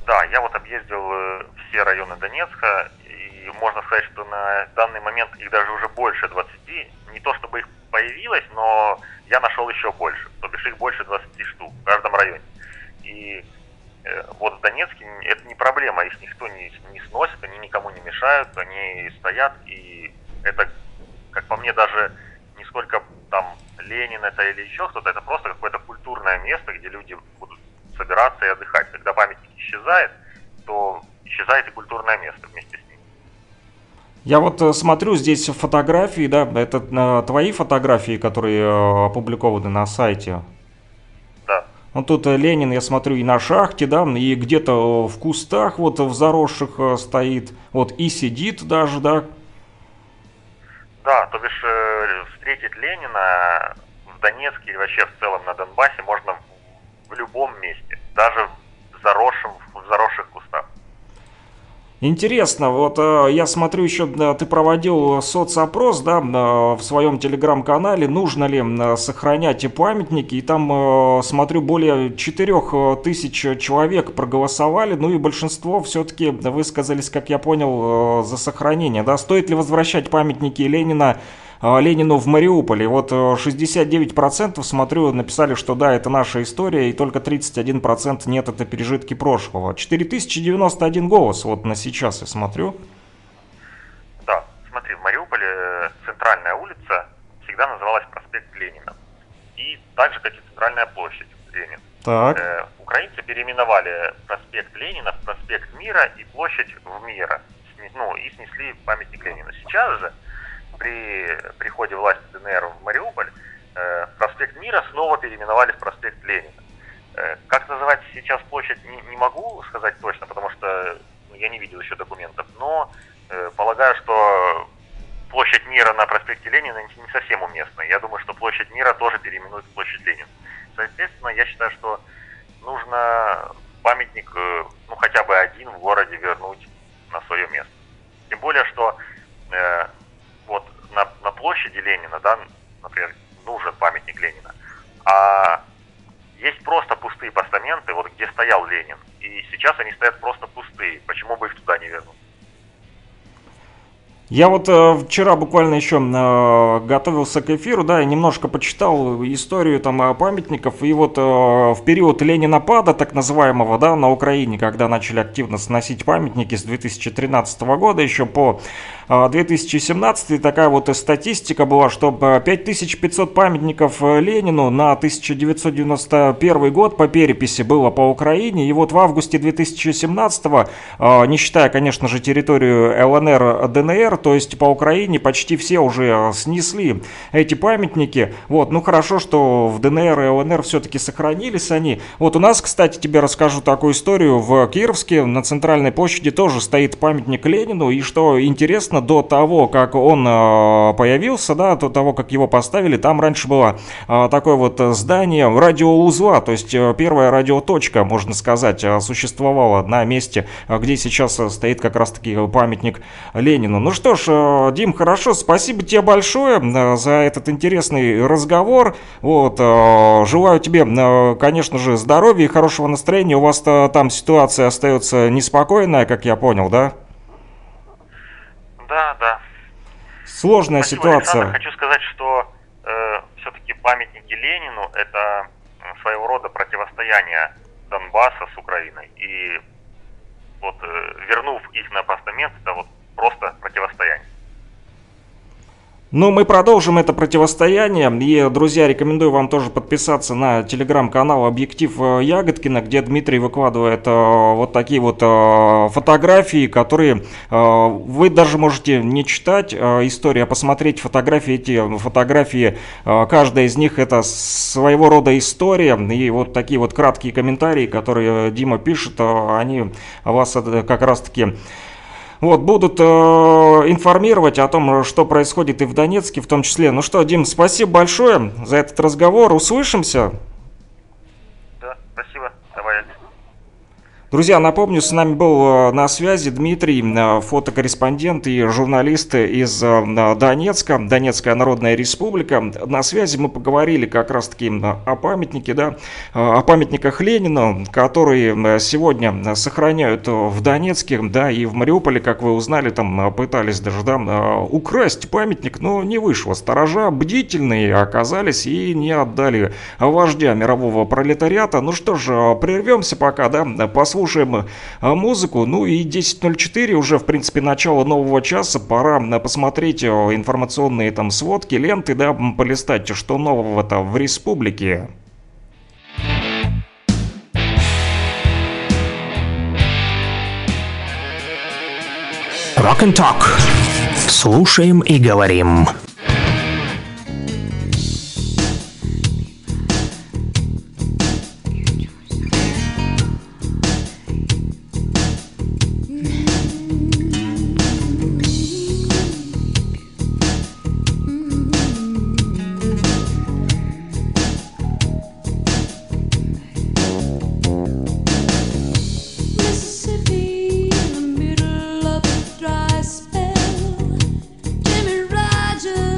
Да, я вот объездил все районы Донецка, и можно сказать, что на данный момент их даже уже больше 20. Не то чтобы их появилось, но я нашел еще больше. То бишь их больше 20 штук в каждом районе. И вот в Донецке это не проблема, их никто не сносит, они никому не мешают, они стоят, и это, как по мне, даже не сколько там Ленин это или еще кто-то, это просто какое-то культурное место, где люди будут собираться и отдыхать. Когда памятник исчезает, то исчезает и культурное место вместе с ним. Я вот смотрю здесь фотографии, да, это твои фотографии, которые опубликованы на сайте. Да. Ну тут Ленин, я смотрю, и на шахте, да, и где-то в кустах вот в заросших стоит, вот и сидит даже, да. Да, то бишь встретить Ленина в Донецке или вообще в целом на Донбассе можно в любом месте, даже в заросших кустах. Интересно, вот я смотрю еще, ты проводил соцопрос, да, в своем телеграм-канале, нужно ли сохранять и памятники, и там, смотрю, более 4000 человек проголосовали, ну и большинство все-таки высказались, как я понял, за сохранение, да, стоит ли возвращать памятники Ленину в Мариуполе. Вот 69%, смотрю, написали, что да, это наша история, и только 31% нет, это пережитки прошлого. 4091 голос вот на сейчас я смотрю. Да, смотри, в Мариуполе центральная улица всегда называлась проспект Ленина. И так же, как и центральная площадь Ленина. Так. Украинцы переименовали проспект Ленина в проспект Мира и площадь в Мира. Ну, и снесли памятник Ленину. Сейчас же при приходе власти ДНР в Мариуполь проспект Мира снова переименовали в проспект Ленина. Как называть сейчас площадь, не могу сказать точно, потому что я не видел еще документов, но полагаю, что площадь Мира на проспекте Ленина не совсем уместна. Я думаю, что площадь Мира тоже переименуют в площадь Ленина. Соответственно, я считаю, что нужно памятник, ну хотя бы один в городе вернуть на свое место. Тем более, что вот на площади Ленина, да, например, нужен памятник Ленина, а есть просто пустые постаменты, вот где стоял Ленин, и сейчас они стоят просто пустые, почему бы их туда не вернуть? Я вот вчера буквально еще готовился к эфиру, да, и немножко почитал историю там памятников, и вот в период Ленинопада, так называемого, да, на Украине, когда начали активно сносить памятники с 2013 года еще по 2017, такая вот статистика была, что 5500 памятников Ленину на 1991 год по переписи было по Украине, и вот в августе 2017, не считая, конечно же, территорию ЛНР, ДНР, то есть по Украине почти все уже снесли эти памятники. Вот, ну хорошо, что в ДНР и ЛНР все-таки сохранились они. Вот у нас, кстати, тебе расскажу такую историю. В Кировске на центральной площади тоже стоит памятник Ленину. И что интересно, до того, как он появился, да, до того, как его поставили, там раньше было такое вот здание радиоузла, то есть первая радиоточка, можно сказать, существовала на месте, где сейчас стоит как раз-таки памятник Ленину. Ну что ж, Дим, хорошо, спасибо тебе большое за этот интересный разговор. Вот, желаю тебе, конечно же, здоровья и хорошего настроения. У вас там ситуация остается неспокойная, как я понял, да? Да. Сложная Спасибо, ситуация. Александр. Хочу сказать, что все-таки памятники Ленину — это своего рода противостояние Донбасса с Украиной. И вот вернув их на постамент, это вот просто противостояние. Ну, мы продолжим это противостояние. И, друзья, рекомендую вам тоже подписаться на телеграм-канал «Объектив Ягодкина», где Дмитрий выкладывает вот такие вот фотографии, которые вы даже можете не читать историю, а посмотреть фотографии. Эти фотографии, каждая из них — это своего рода история. И вот такие вот краткие комментарии, которые Дима пишет, они вас как раз-таки... Вот, будут информировать о том, что происходит и в Донецке в том числе. Ну что, Дим, спасибо большое за этот разговор. Услышимся. Да, спасибо. Давай. Друзья, напомню, с нами был на связи Дмитрий, фотокорреспондент и журналист из Донецка, Донецкая Народная Республика. На связи мы поговорили как раз-таки о памятнике, да, о памятниках Ленину, которые сегодня сохраняют в Донецке, да, и в Мариуполе, как вы узнали, там пытались даже, да, украсть памятник, но не вышло. Сторожа бдительные оказались и не отдали вождя мирового пролетариата. Ну что ж, прервемся пока, да, послушаем музыку. Ну и 10:04, уже в принципе начало нового часа, пора посмотреть информационные там сводки, ленты, да, полистать, что нового-то в республике. Rock and Talk. Слушаем и говорим. Mississippi in the middle of a dry spell. Jimmy Rogers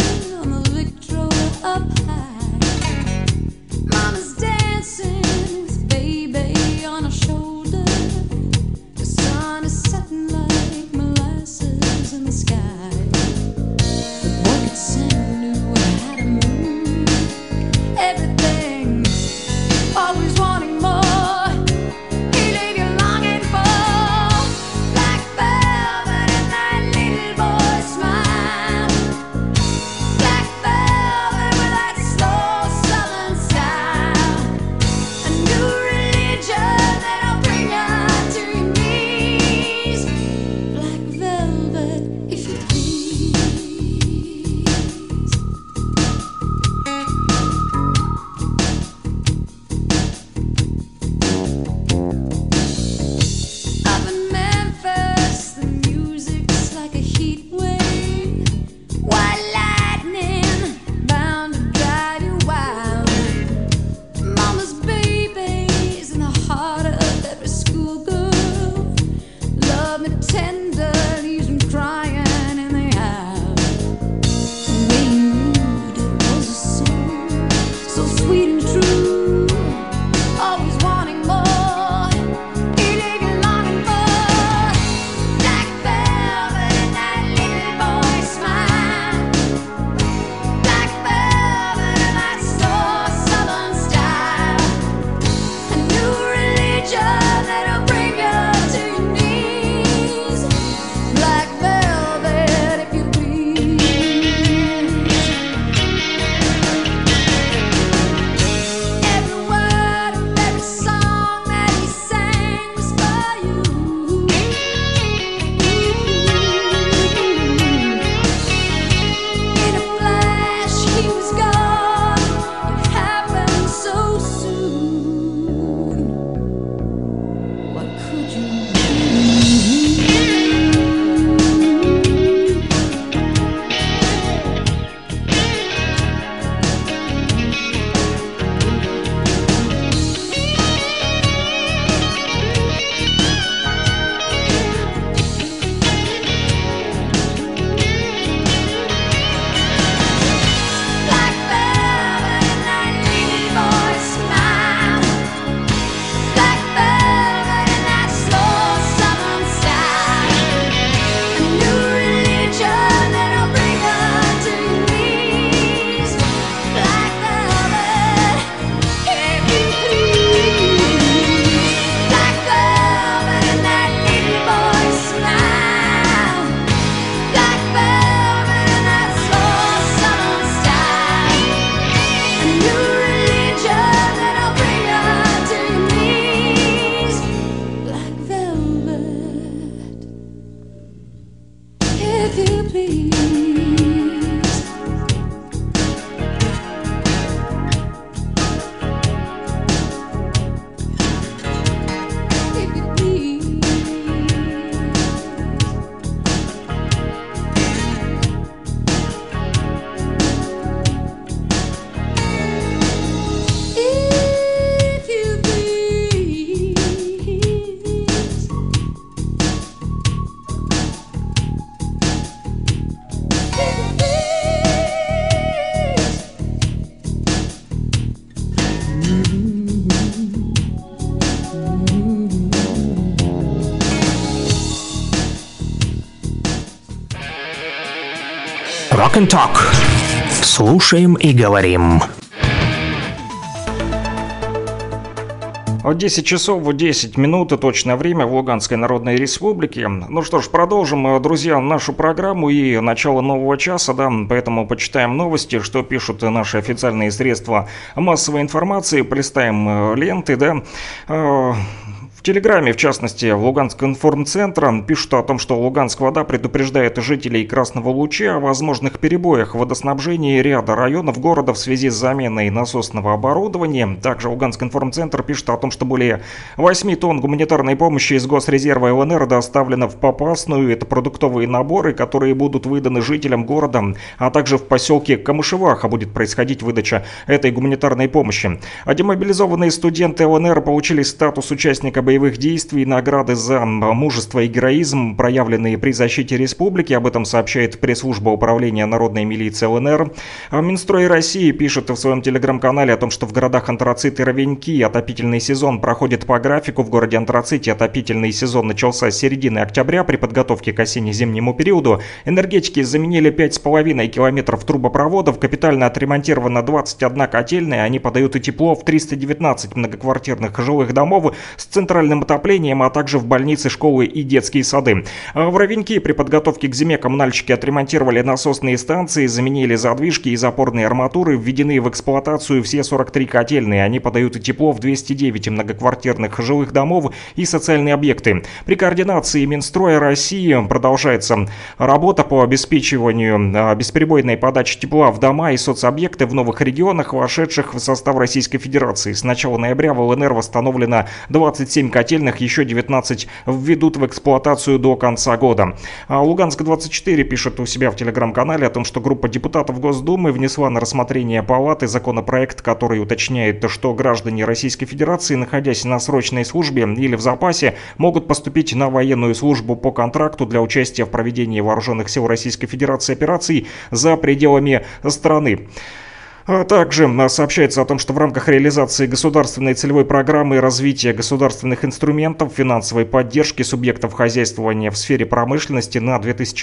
Rock and Talk. Слушаем и говорим. 10 часов 10 минут, точное время в Луганской Народной Республике. Ну что ж, продолжим, друзья, нашу программу и начало нового часа, да, поэтому почитаем новости, что пишут наши официальные средства массовой информации, полистаем ленты, да. В Телеграме, в частности, в Луганск информцентра пишут о том, что Луганск-Вода предупреждает жителей Красного Луча о возможных перебоях в водоснабжении ряда районов города в связи с заменой насосного оборудования. Также Луганск информцентр пишет о том, что более 8 тонн гуманитарной помощи из Госрезерва ЛНР доставлено в Попасную. Это продуктовые наборы, которые будут выданы жителям города, а также в поселке Камышеваха будет происходить выдача этой гуманитарной помощи. А демобилизованные студенты ЛНР получили статус участника боевых действий и награды за мужество и героизм, проявленные при защите республики. Об этом сообщает пресс-служба управления народной милиции ЛНР. Минстрой России пишет в своем телеграм-канале о том, что в городах Антрацит и Ровеньки отопительный сезон проходит по графику. В городе Антраците отопительный сезон начался с середины октября. При подготовке к осенне-зимнему периоду энергетики заменили 5,5 километров трубопроводов, капитально отремонтировано 21 котельная, они подают и тепло в 319 многоквартирных жилых домов с центральным отоплением, а также в больницы, школы и детские сады. В Ровеньки при подготовке к зиме коммунальщики отремонтировали насосные станции, заменили задвижки и запорные арматуры, введены в эксплуатацию все 43 котельные. Они подают и тепло в 209 многоквартирных жилых домов и социальные объекты. При координации Минстроя России продолжается работа по обеспечиванию бесперебойной подачи тепла в дома и соцобъекты в новых регионах, вошедших в состав Российской Федерации. С начала ноября в ЛНР восстановлено 27 котельных, еще 19 введут в эксплуатацию до конца года. Луганск-24 пишет у себя в телеграм-канале о том, что группа депутатов Госдумы внесла на рассмотрение Палаты законопроект, который уточняет, что граждане Российской Федерации, находясь на срочной службе или в запасе, могут поступить на военную службу по контракту для участия в проведении вооруженных сил Российской Федерации операций за пределами страны. Также сообщается о том, что в рамках реализации государственной целевой программы развития государственных инструментов финансовой поддержки субъектов хозяйствования в сфере промышленности на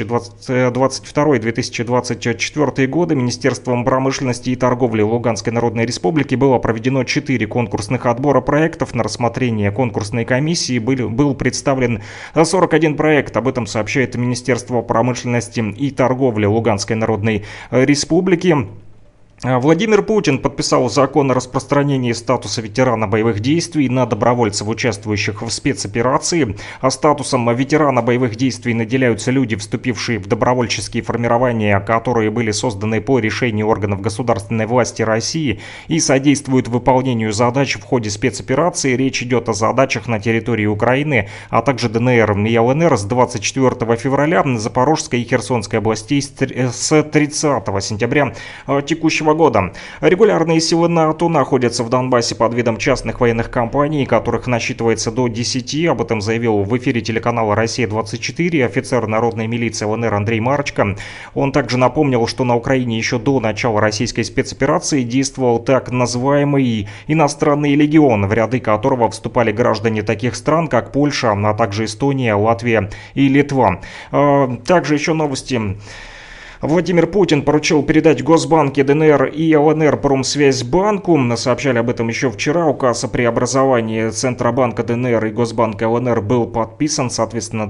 2022-2024 годы Министерством промышленности и торговли Луганской Народной Республики было проведено 4 конкурсных отбора проектов. На рассмотрение конкурсной комиссии был представлен 41 проект. Об этом сообщает Министерство промышленности и торговли Луганской Народной Республики. Владимир Путин подписал закон о распространении статуса ветерана боевых действий на добровольцев, участвующих в спецоперации. А статусом ветерана боевых действий наделяются люди, вступившие в добровольческие формирования, которые были созданы по решению органов государственной власти России и содействуют выполнению задач в ходе спецоперации. Речь идет о задачах на территории Украины, а также ДНР и ЛНР с 24 февраля, Запорожской и Херсонской областей с 30 сентября текущего года. Регулярные силы НАТО находятся в Донбассе под видом частных военных компаний, которых насчитывается до 10. Об этом заявил в эфире телеканала «Россия-24» офицер народной милиции ЛНР Андрей Марочко. Он также напомнил, что на Украине еще до начала российской спецоперации действовал так называемый иностранный легион, в ряды которого вступали граждане таких стран, как Польша, а также Эстония, Латвия и Литва. Также еще новости. Владимир Путин поручил передать Госбанке ДНР и ЛНР Промсвязьбанку. Сообщали об этом еще вчера. Указ о преобразовании Центробанка ДНР и Госбанка ЛНР был подписан. Соответственно,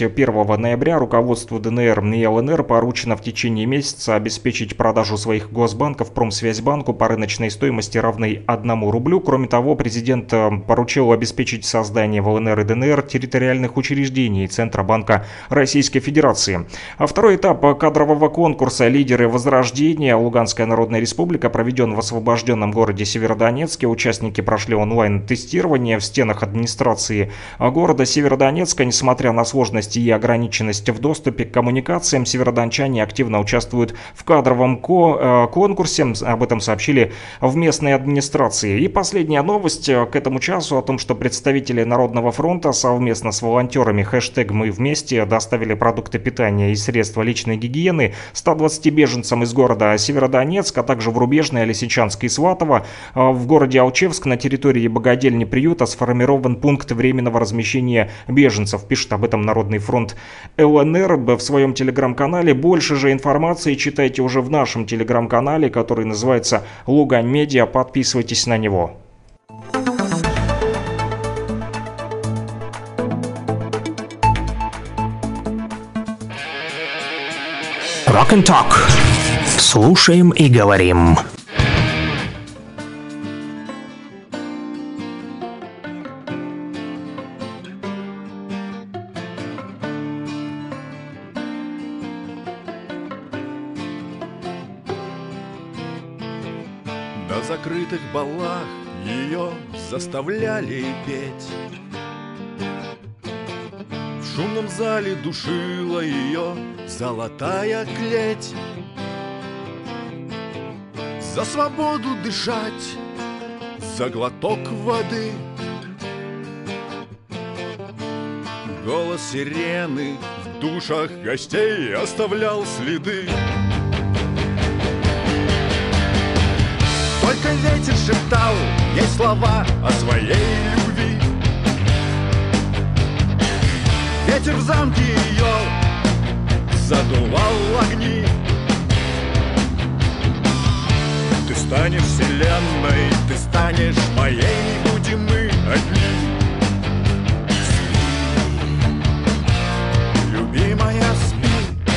21 ноября руководству ДНР и ЛНР поручено в течение месяца обеспечить продажу своих госбанков Промсвязьбанку по рыночной стоимости, равной 1 рублю. Кроме того, президент поручил обеспечить создание в ЛНР и ДНР территориальных учреждений Центробанка Российской Федерации. А второй этап кадрового конкурса «Лидеры Возрождения» Луганская Народная Республика проведен в освобожденном городе Северодонецке. Участники прошли онлайн-тестирование в стенах администрации города Северодонецка. Несмотря на сложности и ограниченность в доступе к коммуникациям, северодончане активно участвуют в кадровом конкурсе. Об этом сообщили в местной администрации. И последняя новость к этому часу о том, что представители Народного фронта совместно с волонтерами хэштег «Мы вместе» доставили продукты питания и средства личной гигиены 120 беженцам из города Северодонецк, а также в Рубежное, Лисичанск и Сватово. В городе Алчевск на территории богадельни приюта сформирован пункт временного размещения беженцев. Пишет об этом Народный фронт ЛНР в своем телеграм-канале. Больше же информации читайте уже в нашем телеграм-канале, который называется Лугань Медиа. Подписывайтесь на него. Rock and Talk. Слушаем и говорим. На закрытых балах ее заставляли петь. В шумном зале душила ее золотая клеть. За свободу дышать, за глоток воды. Голос сирены в душах гостей оставлял следы. Только ветер шептал ей слова о своей любви. Ветер в замке ее задувал огни. Ты станешь вселенной, ты станешь моей, будем мы одни. Спи, любимая, спи.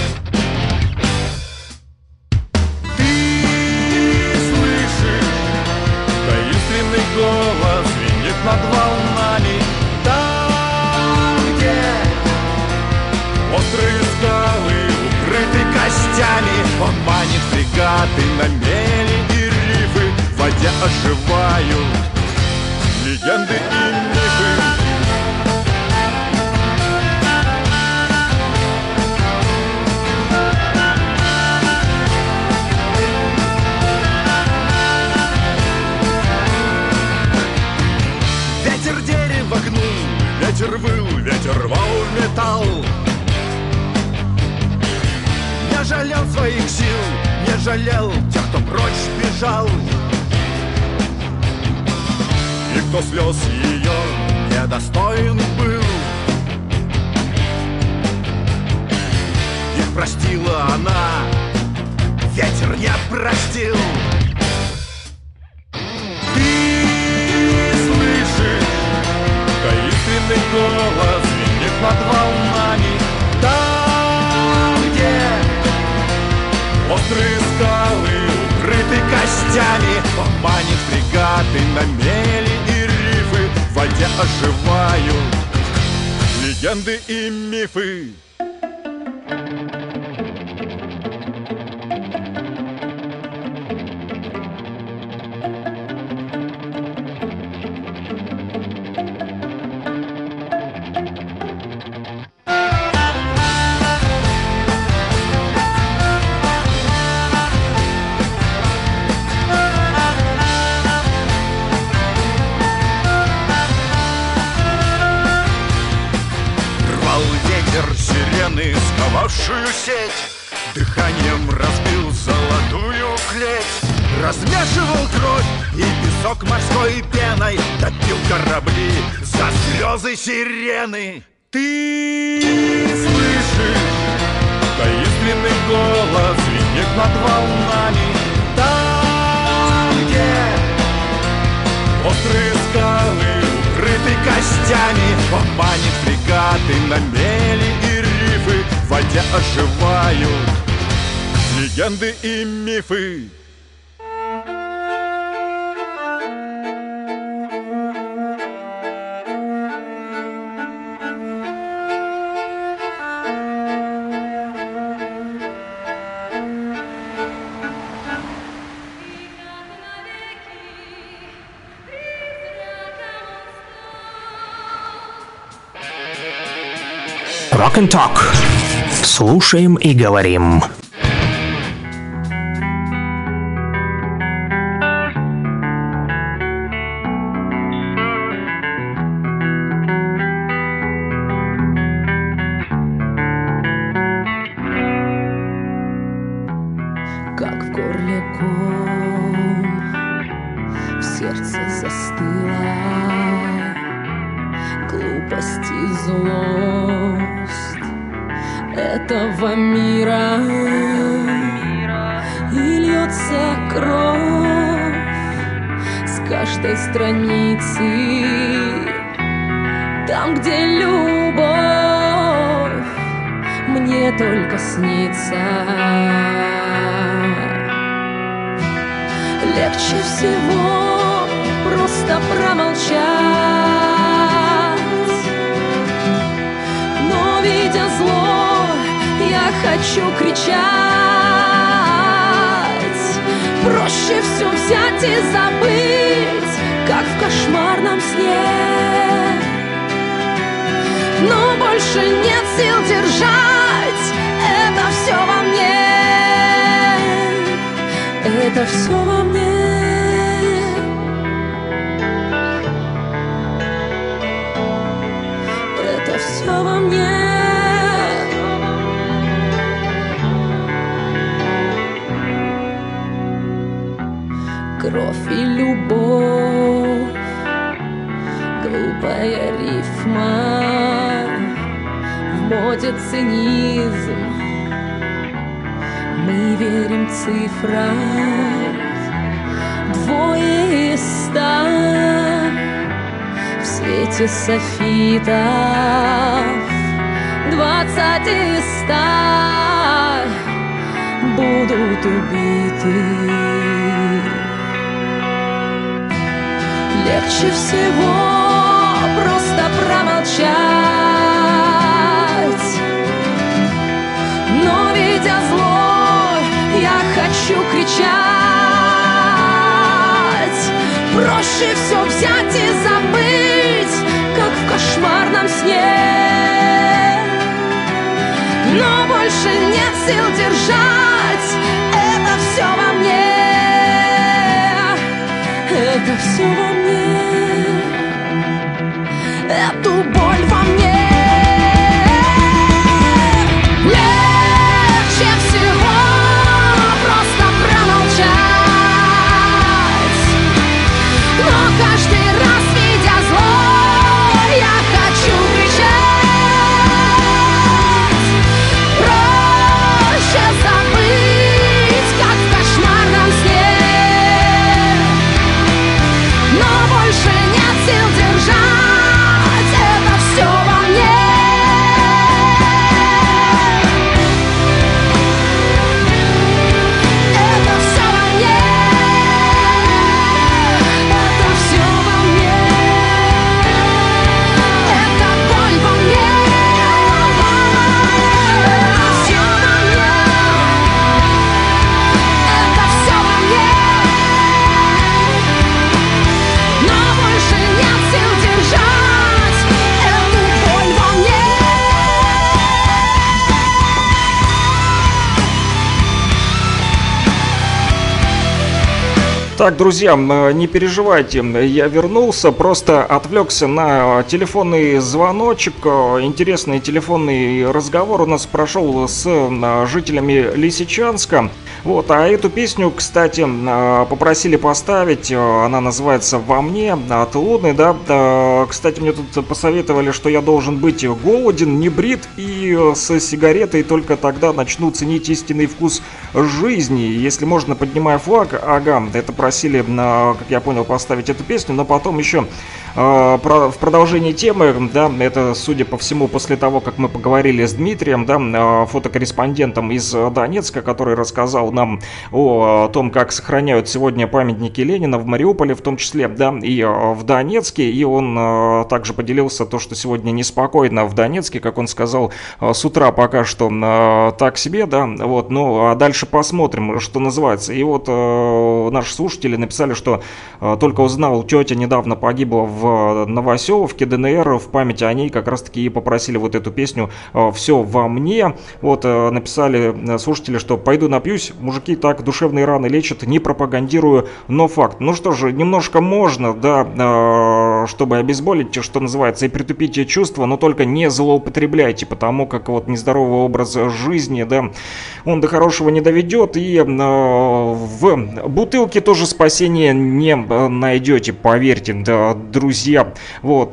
Голос звенит над волнами. Там, где острые скалы укрыты костями, он манит фрегаты на мели и рифы. В воде оживают легенды и мифы. Ветер выл, ветер рвал металл. Не жалел своих сил, не жалел тех, кто прочь бежал. И кто слез ее недостоин был, их простила она, ветер не простил. Таинственный голос звенит над волнами. Там, где острые скалы укрыты костями, он манит фрегаты на мели и рифы. В воде оживают легенды и мифы. Сковавшую сеть, дыханием разбил золотую клеть. Размешивал кровь и песок морской пеной, топил корабли за слезы сирены. Ты слышишь, таинственный голос звенит над волнами. Там, где острые скалы укрыты костями, он манит фрегаты на мели и рифы. В воде оживают легенды и мифы. Rock and Talk. Слушаем и говорим. сердце застыло, глупость и злость этого мира, и льется кровь с каждой страницы. Там, где любовь мне только снится, легче всего просто промолчать. Но видя зло, я хочу кричать. Проще все взять и забыть, как в кошмарном сне. Но больше нет сил держать это все во мне. Это все во мне. Это все во мне. Кровь и любовь, глупая рифма, в моде цинизм. Мы верим цифрам, 2 из 100 в свете софитов, 20 из 100 будут убиты. Легче всего просто промолчать. Но видя зло, я хочу кричать. Проще все взять и забыть, как в кошмарном сне. Но больше нет сил держать это все во мне. Это все во мне. Эту боль во мне. Легче всего просто промолчать. Но каждый раз, видя зло, я хочу кричать. Проще забыть, как в кошмарном сне. Но больше нет сил держать это все во мне. Это все во мне. Это все во мне. Это боль во мне. Это все во мне. Это все во мне. Но больше нет сил держать эту боль во мне. Так, друзья, не переживайте, я вернулся, просто отвлекся на телефонный звоночек. Интересный телефонный разговор у нас прошел с жителями Лисичанска. Вот, а эту песню, кстати, попросили поставить, она называется «Во мне» от Луны, да. Кстати, мне тут посоветовали, что я должен быть голоден, не брит и с сигаретой, только тогда начну ценить истинный вкус жизни. Если можно, поднимая флаг, ага, это просили, как я понял, поставить эту песню, но потом еще в продолжении темы, да, это, судя по всему, после того, как мы поговорили с Дмитрием, да, фотокорреспондентом из Донецка, который рассказал нам о том, как сохраняют сегодня памятники Ленина в Мариуполе, в том числе, да, и в Донецке, и он также поделился то, что сегодня неспокойно в Донецке, как он сказал, с утра пока что так себе, да, вот, ну, а дальше посмотрим, что называется. И вот наши слушатели написали, что только узнал, тетя недавно погибла в Новоселовке, ДНР, в память о ней как раз-таки и попросили вот эту песню «Все во мне». Вот написали слушатели, что «пойду напьюсь, мужики так душевные раны лечат, не пропагандирую, но факт». Ну что же, немножко можно, да, чтобы обезболить, что называется, и притупить чувства, но только не злоупотребляйте, потому как вот нездоровый образ жизни, да, он до хорошего не доведет, и в бутылке то же спасения не найдете, поверьте, да, друзья. Вот.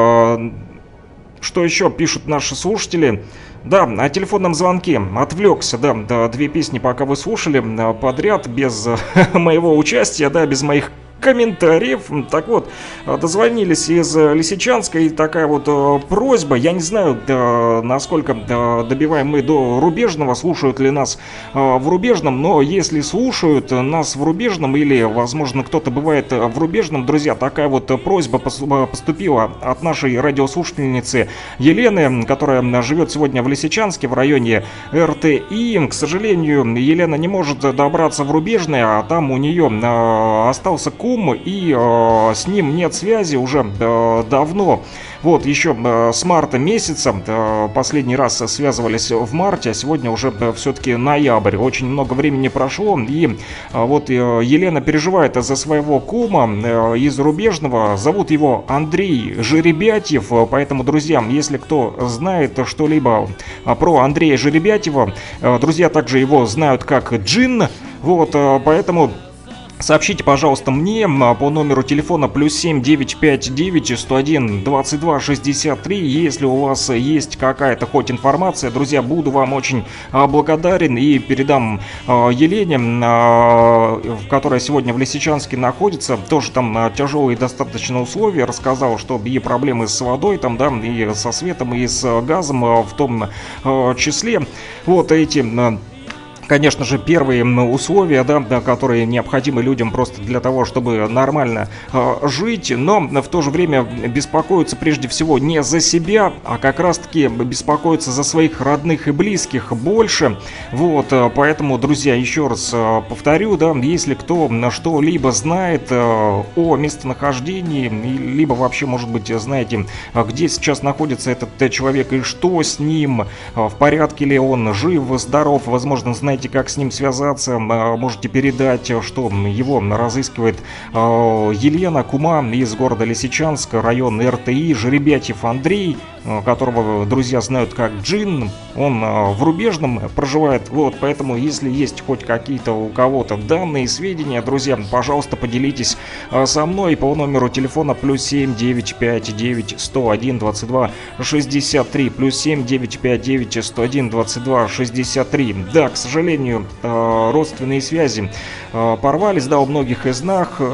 Что еще пишут наши слушатели? Да, о телефонном звонке отвлекся, да, 2 песни, пока вы слушали подряд, без моего участия, да, без моих комментариев. Так вот, дозвонились из Лисичанска, и такая вот просьба, я не знаю, насколько добиваем мы до Рубежного, слушают ли нас в Рубежном, но если слушают нас в Рубежном, или, возможно, кто-то бывает в Рубежном, друзья, такая вот просьба поступила от нашей радиослушательницы Елены, которая живет сегодня в Лисичанске, в районе РТИ. К сожалению, Елена не может добраться в Рубежное, а там у нее остался кум, и с ним нет связи уже давно. Вот, еще с марта месяца, последний раз связывались в марте, а сегодня уже все-таки ноябрь. Очень много времени прошло, и вот Елена переживает за своего кума из Рубежного. Зовут его Андрей Жеребятьев, поэтому, друзья, если кто знает что-либо про Андрея Жеребятьева, друзья также его знают как Джин, вот, поэтому... Сообщите, пожалуйста, мне по номеру телефона +7 959 101 22 63, если у вас есть какая-то хоть информация, друзья, буду вам очень благодарен и передам Елене, которая сегодня в Лисичанске находится, тоже там тяжелые достаточно условия, рассказала, что и проблемы с водой там, да, и со светом, и с газом в том числе. Вот эти... Конечно же, первые условия, да, которые необходимы людям просто для того, чтобы нормально жить, но в то же время беспокоятся прежде всего не за себя, а как раз-таки беспокоятся за своих родных и близких больше. Вот, поэтому, друзья, еще раз повторю, да, если кто что-либо знает о местонахождении, либо вообще, может быть, знаете, где сейчас находится этот человек и что с ним, в порядке ли он, жив, здоров, возможно, знаете, как с ним связаться, можете передать, что его разыскивает Елена, кума из города Лисичанск, район РТИ, Жеребятьев Андрей, которого друзья знают как Джин, он в Рубежном проживает, вот, поэтому если есть хоть какие-то у кого-то данные, сведения, друзья, пожалуйста, поделитесь со мной по номеру телефона +7 959 101 22 63, +7 959 101 22 63. Да, к сожалению, родственные связи порвались, да, у многих из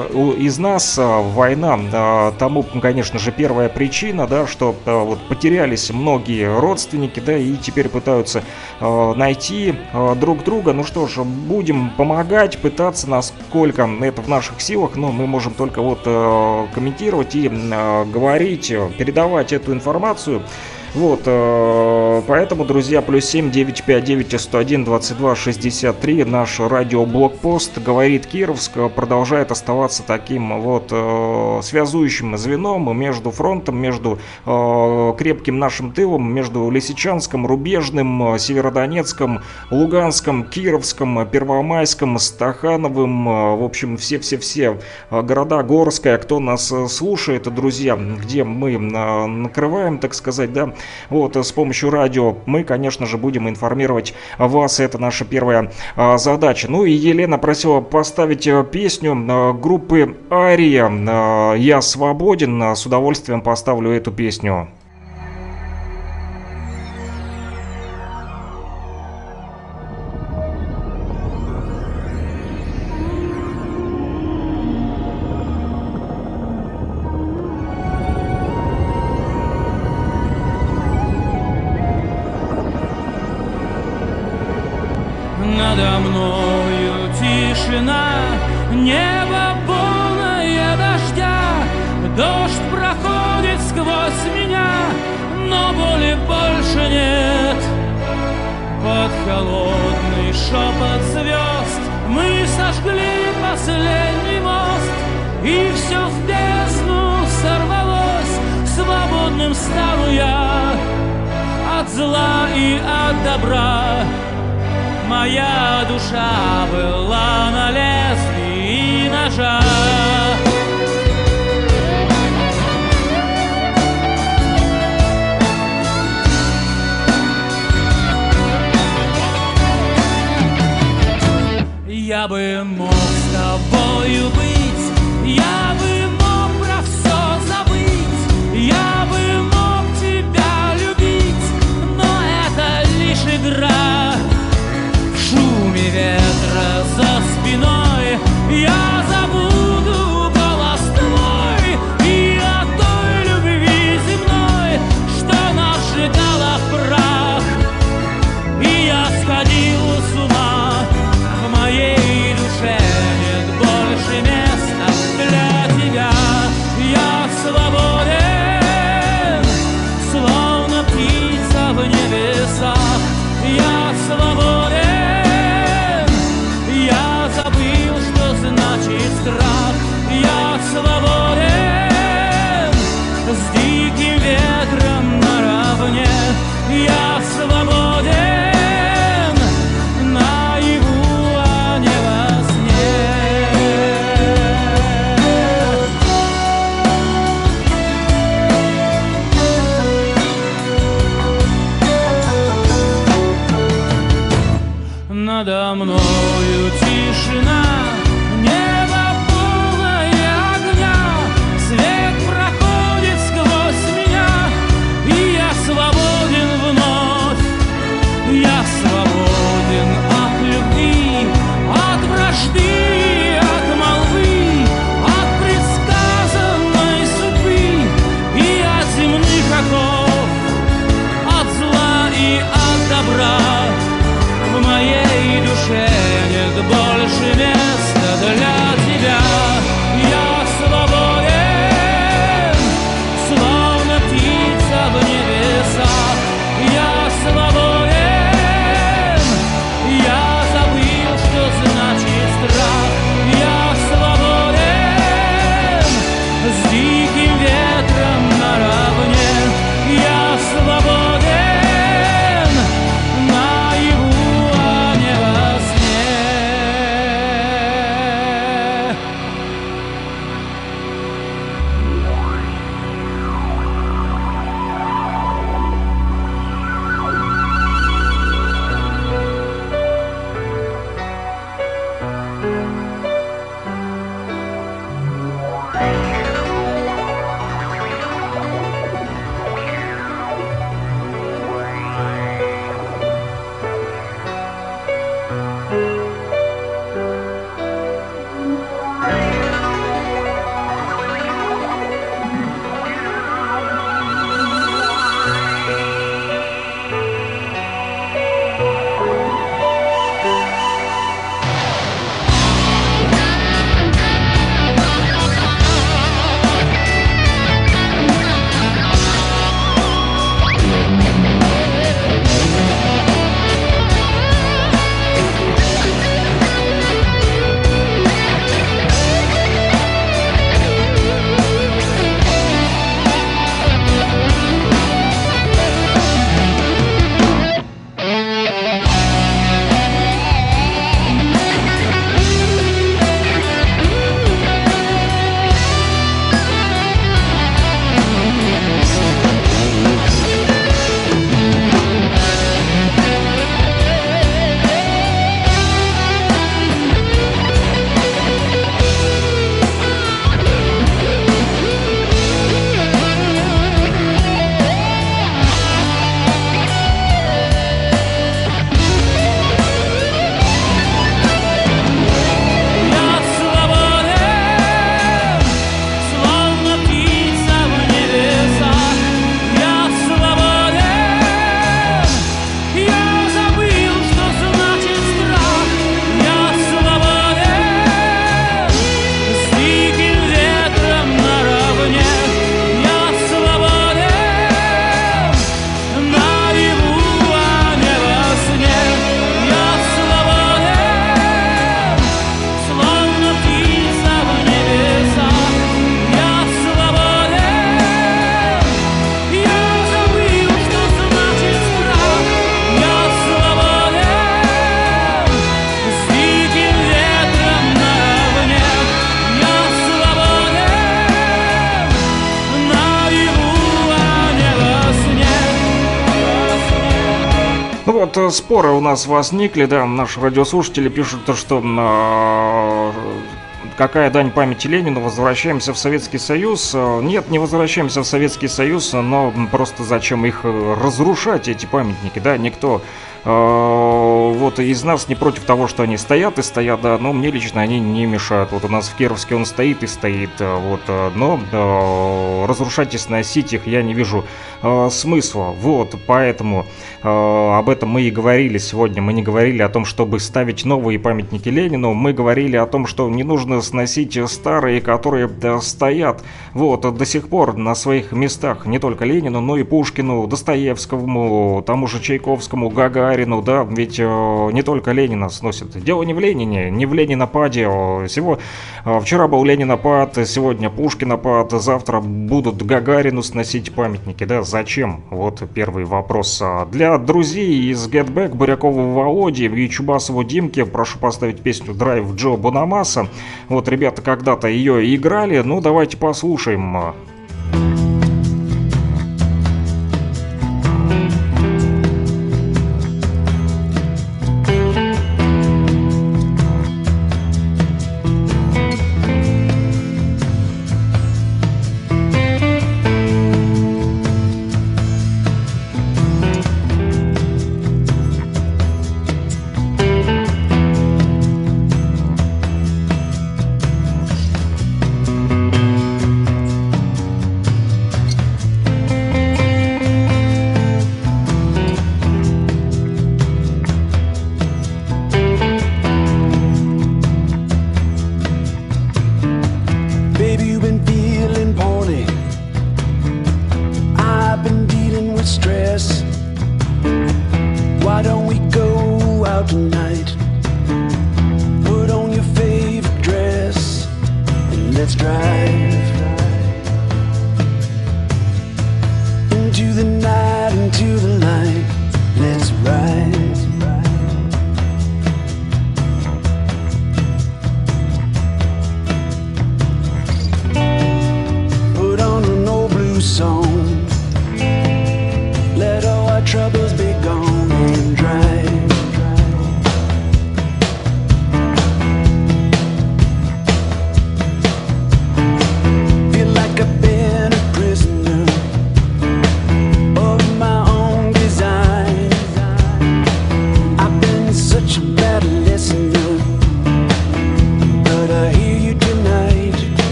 нас война, тому, конечно же, первая причина, да, что вот потерялись многие родственники, да, и теперь пытаются найти друг друга. Ну что ж, будем помогать, пытаться, насколько это в наших силах, но мы можем только вот комментировать и говорить, передавать эту информацию. Вот, поэтому, друзья, +7 959 101 22 63, наш радиоблокпост «Говорит Кировск» продолжает оставаться таким вот связующим звеном между фронтом, между крепким нашим тылом, между Лисичанском, Рубежным, Северодонецком, Луганском, Кировском, Первомайском, Стахановым, в общем, все города, Горская, кто нас слушает, друзья, где мы накрываем, так сказать, да, вот, с помощью радио мы, конечно же, будем информировать вас. Это наша первая задача. Ну и Елена просила поставить песню группы Ария «Я свободен». С удовольствием поставлю эту песню. Надо мною тишина, небо полное дождя, дождь проходит сквозь меня, но боли больше нет. Под холодный шепот звезд мы сожгли последний мост, и все в бездну сорвалось, свободным стану я от зла и от добра. Моя душа была на лезвии ножа. Я бы мог с тобою ребят, споры у нас возникли, да, наши радиослушатели пишут, что какая дань памяти Ленину, возвращаемся в Советский Союз. Нет, не возвращаемся в Советский Союз, но просто зачем их разрушать, эти памятники, да, никто вот из нас не против того, что они стоят и стоят, да, но мне лично они не мешают. Вот у нас в Кировске он стоит и стоит, вот, но разрушать и сносить их я не вижу смысла, вот, поэтому об этом мы и говорили сегодня. Мы не говорили о том, чтобы ставить новые памятники Ленину, мы говорили о том, что не нужно сносить старые, которые стоят, вот, до сих пор на своих местах, не только Ленину, но и Пушкину, Достоевскому, тому же Чайковскому, Гагарину, да, ведь не только Ленина сносят. Дело не в Ленине, не в Ленинопаде. Вчера был Ленинопад, сегодня Пушкинопад, завтра будут Гагарину сносить памятники, да, зачем? Вот первый вопрос. Для друзей из Get Back, Бурякову Володи и Чубасову Димке прошу поставить песню Drive Джо Бонамасса. Вот ребята когда-то ее играли, ну давайте послушаем.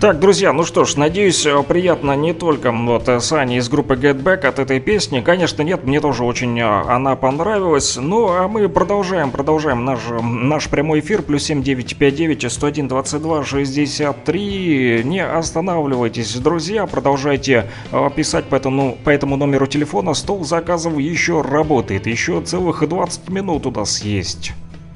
Так, друзья, ну что ж, надеюсь, приятно не только вот Сане из группы Get Back от этой песни. Конечно, нет, мне тоже очень она понравилась. Ну, а мы продолжаем наш прямой эфир. +7 959 101 22 63. Не останавливайтесь, друзья, продолжайте писать по этому номеру телефона. Стол заказов еще работает, еще целых 20 минут у нас есть.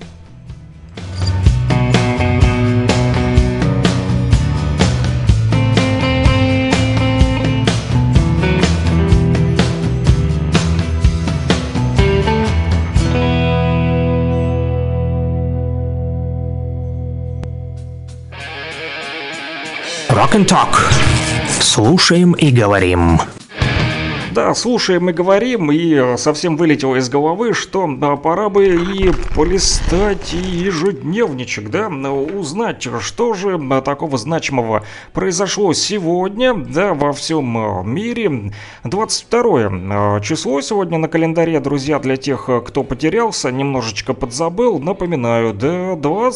Rock and Talk. Слушаем и говорим. Да, слушаем и говорим, и совсем вылетело из головы, что пора бы и полистать ежедневничек, да, узнать, что же такого значимого произошло сегодня, да, во всем мире. 22 число сегодня на календаре, друзья, для тех, кто потерялся, немножечко подзабыл, напоминаю, да,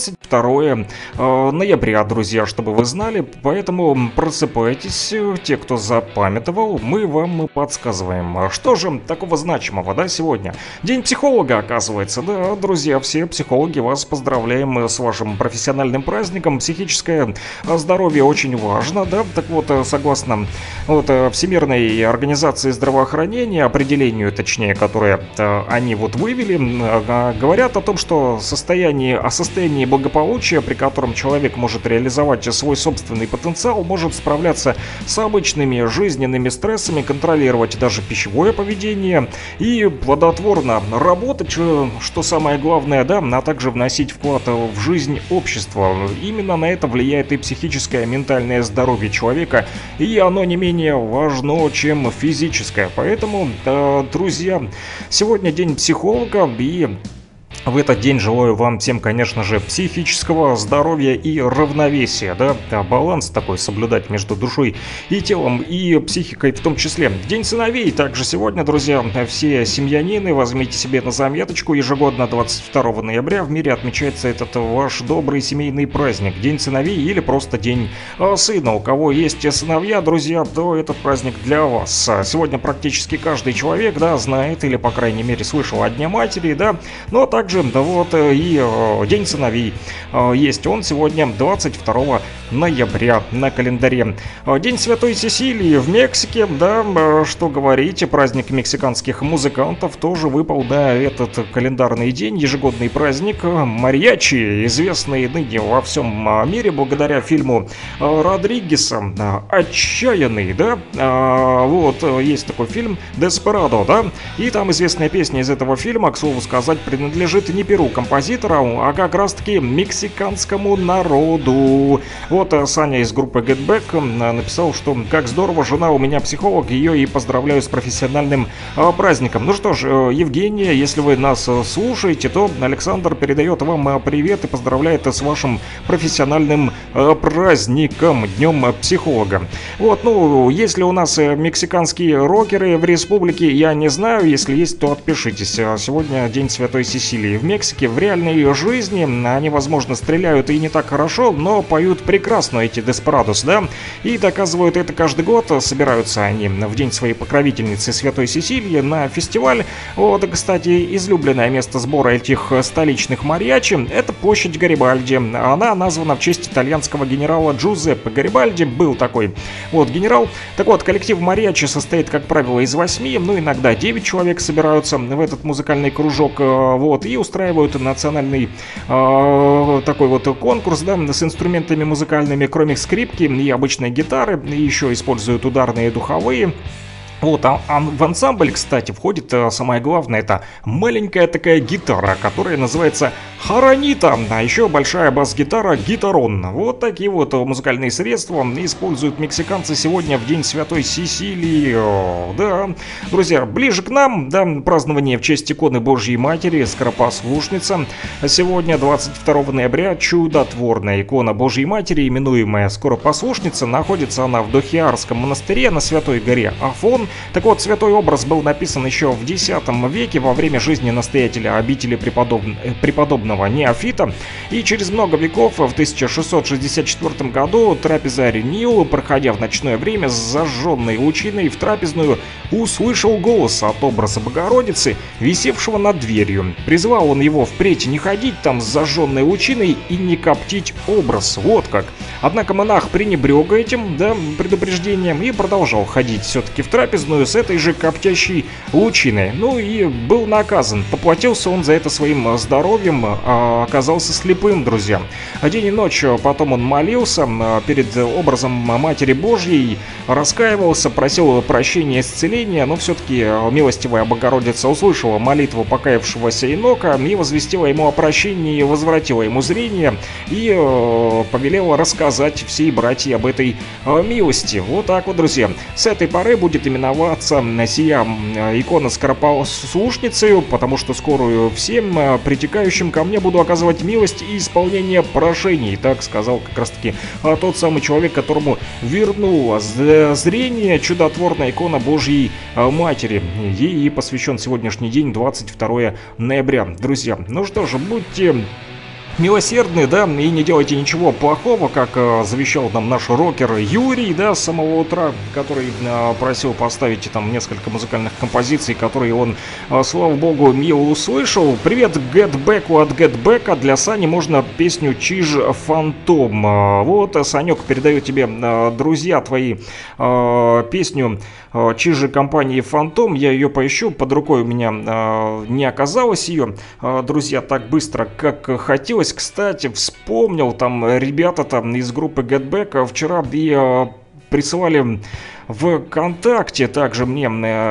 22 ноября, друзья, чтобы вы знали, поэтому просыпайтесь, те, кто запамятовал, мы вам подсказываем. Что же такого значимого, да, сегодня? День психолога, оказывается, да, друзья, все психологи, вас поздравляем с вашим профессиональным праздником. Психическое здоровье очень важно, да, так вот, согласно вот Всемирной организации здравоохранения, определению, точнее, которое они вот вывели, говорят о том, что о состоянии благополучия, при котором человек может реализовать свой собственный потенциал, может справляться с обычными жизненными стрессами, контролировать даже пищевое поведение и плодотворно работать, что самое главное, да, а также вносить вклад в жизнь общества. Именно на это влияет и психическое, ментальное здоровье человека, и оно не менее важно, чем физическое. Поэтому, друзья, сегодня день психолога, и в этот день желаю вам всем, конечно же, психического здоровья и равновесия, да, баланс такой соблюдать между душой и телом, и психикой в том числе. День сыновей также сегодня, друзья, все семьянины, возьмите себе на заметочку, ежегодно 22 ноября в мире отмечается этот ваш добрый семейный праздник, День сыновей или просто День сына. У кого есть сыновья, друзья, то этот праздник для вас. Сегодня практически каждый человек, да, знает или, по крайней мере, слышал о Дне матери, да, но также да, вот и День сыновей есть. Он сегодня 22 ноября на календаре. День Святой Сесилии в Мексике, да, что говорить, праздник мексиканских музыкантов тоже выпал на этот календарный день, ежегодный праздник. Мариачи, известный ныне во всем мире благодаря фильму Родригеса «Отчаянный», да, вот есть такой фильм «Деспирадо», да, и там известная песня из этого фильма, к слову сказать, принадлежит не перу композитора, а как раз таки мексиканскому народу. Вот Саня из группы Get Back написал, что как здорово, жена у меня психолог, ее и поздравляю с профессиональным праздником. Ну что ж, Евгения, если вы нас слушаете, то Александр передает вам привет и поздравляет с вашим профессиональным праздником, Днем психолога. Вот, ну, есть ли у нас мексиканские рокеры в республике, я не знаю, если есть, то отпишитесь. Сегодня День Святой Сесилии в Мексике. В реальной жизни они, возможно, стреляют и не так хорошо, но поют прекрасно эти Деспирадос, да, и доказывают это каждый год. Собираются они в день своей покровительницы Святой Сесилии на фестиваль. Вот, кстати, излюбленное место сбора этих столичных мариачи — это площадь Гарибальди. Она названа в честь итальянского генерала Джузеппе Гарибальди. Был такой вот генерал. Так вот, коллектив мариачи состоит, как правило, из 8, ну, иногда 9 человек собираются в этот музыкальный кружок, вот, и устраивают национальный такой вот конкурс, да, с инструментами музыкальными, кроме скрипки и обычной гитары, еще используют ударные духовые. Вот, а в ансамбль, кстати, входит самое главное, это маленькая такая гитара, которая называется харанита, а еще большая бас-гитара гитарон. Вот такие вот музыкальные средства используют мексиканцы сегодня в День Святой Сесилии. Да, друзья, ближе к нам, да, празднование в честь иконы Божьей Матери, Скоропослушница. Сегодня, 22 ноября, чудотворная икона Божьей Матери, именуемая Скоропослушница, находится она в Дохиарском монастыре на Святой горе Афон. Так вот, святой образ был написан еще в X веке во время жизни настоятеля обители преподобного Неофита, и через много веков, в 1664 году, трапезарь Нил, проходя в ночное время с зажженной лучиной в трапезную, услышал голос от образа Богородицы, висевшего над дверью. Призвал он его впредь не ходить там с зажженной лучиной и не коптить образ, вот как. Однако монах пренебрег этим, да, предупреждением, и продолжал ходить все-таки в трапезную с этой же коптящей лучиной. Ну и был наказан. Поплатился он за это своим здоровьем, а оказался слепым, друзья. День и ночь потом он молился перед образом Матери Божьей, раскаивался, просил прощения и исцеления, но все-таки милостивая Богородица услышала молитву покаявшегося инока и возвестила ему о прощении, возвратила ему зрение и повелела рассказать всей братье об этой милости. Вот так вот, друзья. С этой поры будет именоваться сия икона скоропослушницей, потому что скорую всем притекающим ко мне буду оказывать милость и исполнение прошений. Так сказал как раз таки тот самый человек, которому вернула зрение чудотворная икона Божьей Матери. Ей посвящен сегодняшний день, 22 ноября. Друзья, ну что же, будьте милосердны, да, и не делайте ничего плохого, как завещал нам наш рокер Юрий, да, с самого утра, который просил поставить там несколько музыкальных композиций, которые он, слава богу, мило услышал. Привет Гетбеку от Гетбека. Для Сани можно песню «Чиж Фантом». Вот, Санек, передаю тебе, друзья твои, песню «Чижи» компании «Фантом». Я ее поищу, под рукой у меня не оказалось ее, друзья, так быстро, как хотелось. Кстати, вспомнил, там ребята там из группы Get Back вчера и присылали ВКонтакте также мне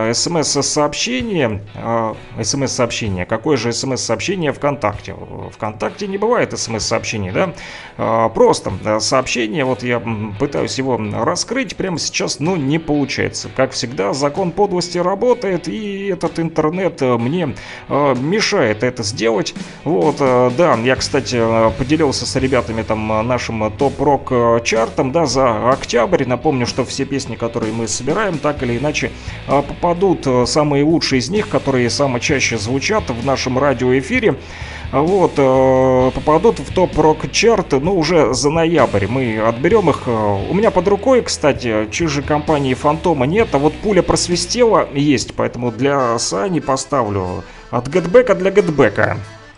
смс-сообщение. СМС-сообщение. Какое же смс-сообщение ВКонтакте? ВКонтакте не бывает смс-сообщений, да? Просто сообщение. Вот я пытаюсь его раскрыть прямо сейчас, но не получается. Как всегда, закон подлости работает, и этот интернет мне мешает это сделать. Вот, да, я, кстати, поделился с ребятами там нашим топ-рок чартом, да, за октябрь. Напомню, что все песни, которые мы собираем, так или иначе попадут, самые лучшие из них, которые самые чаще звучат в нашем радиоэфире, вот, попадут в топ-рок-чарт, ну, уже за ноябрь. Мы отберем их. У меня под рукой, кстати, чужой компании «Фантома» нет, а вот «Пуля просвистела» есть, поэтому для Сани поставлю от Гетбека для Гетбека.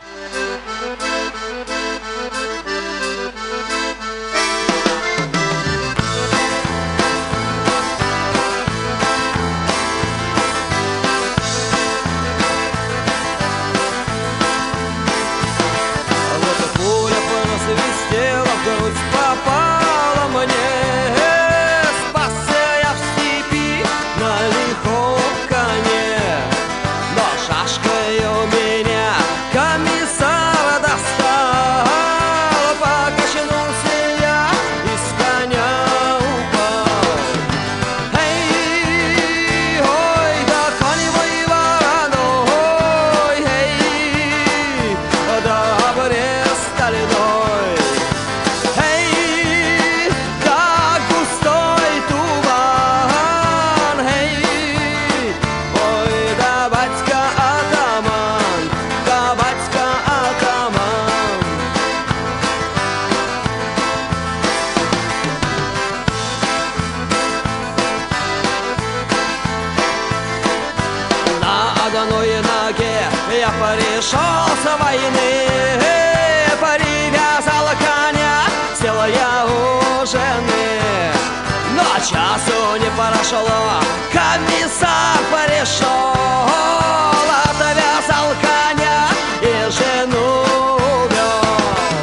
Часу не прошло, комиссар пришел, отвязал коня и жену вел.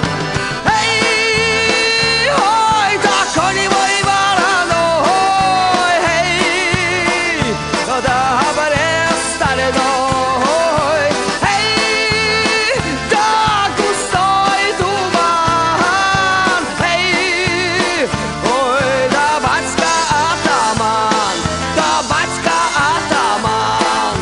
Эй, ой, да конь мой вороной, эй, да Брест стальной, эй, да густой туман, эй, ой, да батька атаман, да батька атаман.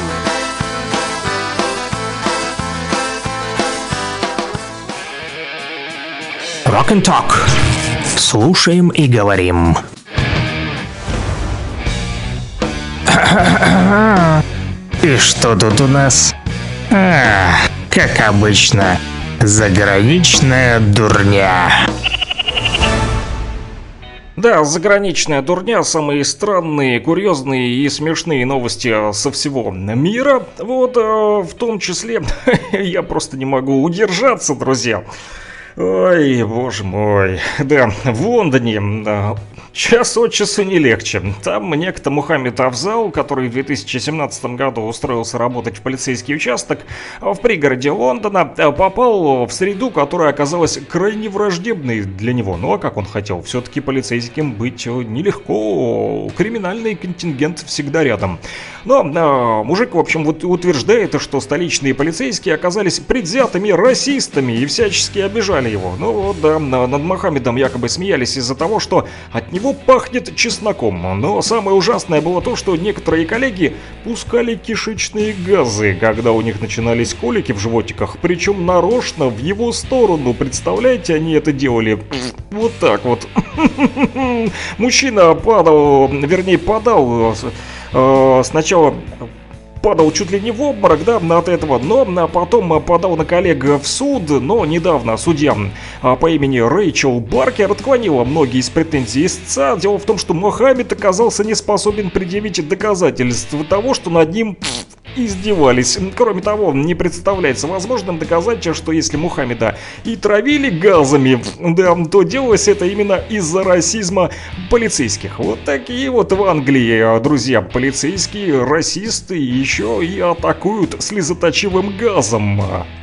Rock and Talk. Слушаем и говорим. И что тут у нас? Как обычно, заграничная дурня. Да, заграничная дурня, самые странные, курьезные и смешные новости со всего мира. Вот, в том числе, я просто не могу удержаться, друзья. Ой, боже мой. Да, в Лондоне час от часу не легче. Там некто Мухаммед Афзал, который в 2017 году устроился работать в полицейский участок в пригороде Лондона, попал в среду, которая оказалась крайне враждебной для него. Ну а как он хотел? Все-таки полицейским быть нелегко. Криминальный контингент всегда рядом. Но мужик, в общем, утверждает, что столичные полицейские оказались предвзятыми расистами и всячески обижали его. Ну вот, да, над Мухаммедом якобы смеялись из-за того, что от него пахнет чесноком. Но самое ужасное было то, что некоторые коллеги пускали кишечные газы, когда у них начинались колики в животиках, причем нарочно в его сторону. Представляете, они это делали вот так вот. Мужчина падал сначала падал чуть ли не в обморок, да, от этого, но потом подал на коллег в суд, но недавно судья по имени Рэйчел Баркер отклонила многие из претензий истца. Дело в том, что Мухаммед оказался не способен предъявить доказательств того, что над ним издевались. Кроме того, не представляется возможным доказать, что если Мухаммеда и травили газами, да, то делалось это именно из-за расизма полицейских. Вот такие вот в Англии, друзья, полицейские расисты еще и атакуют слезоточивым газом.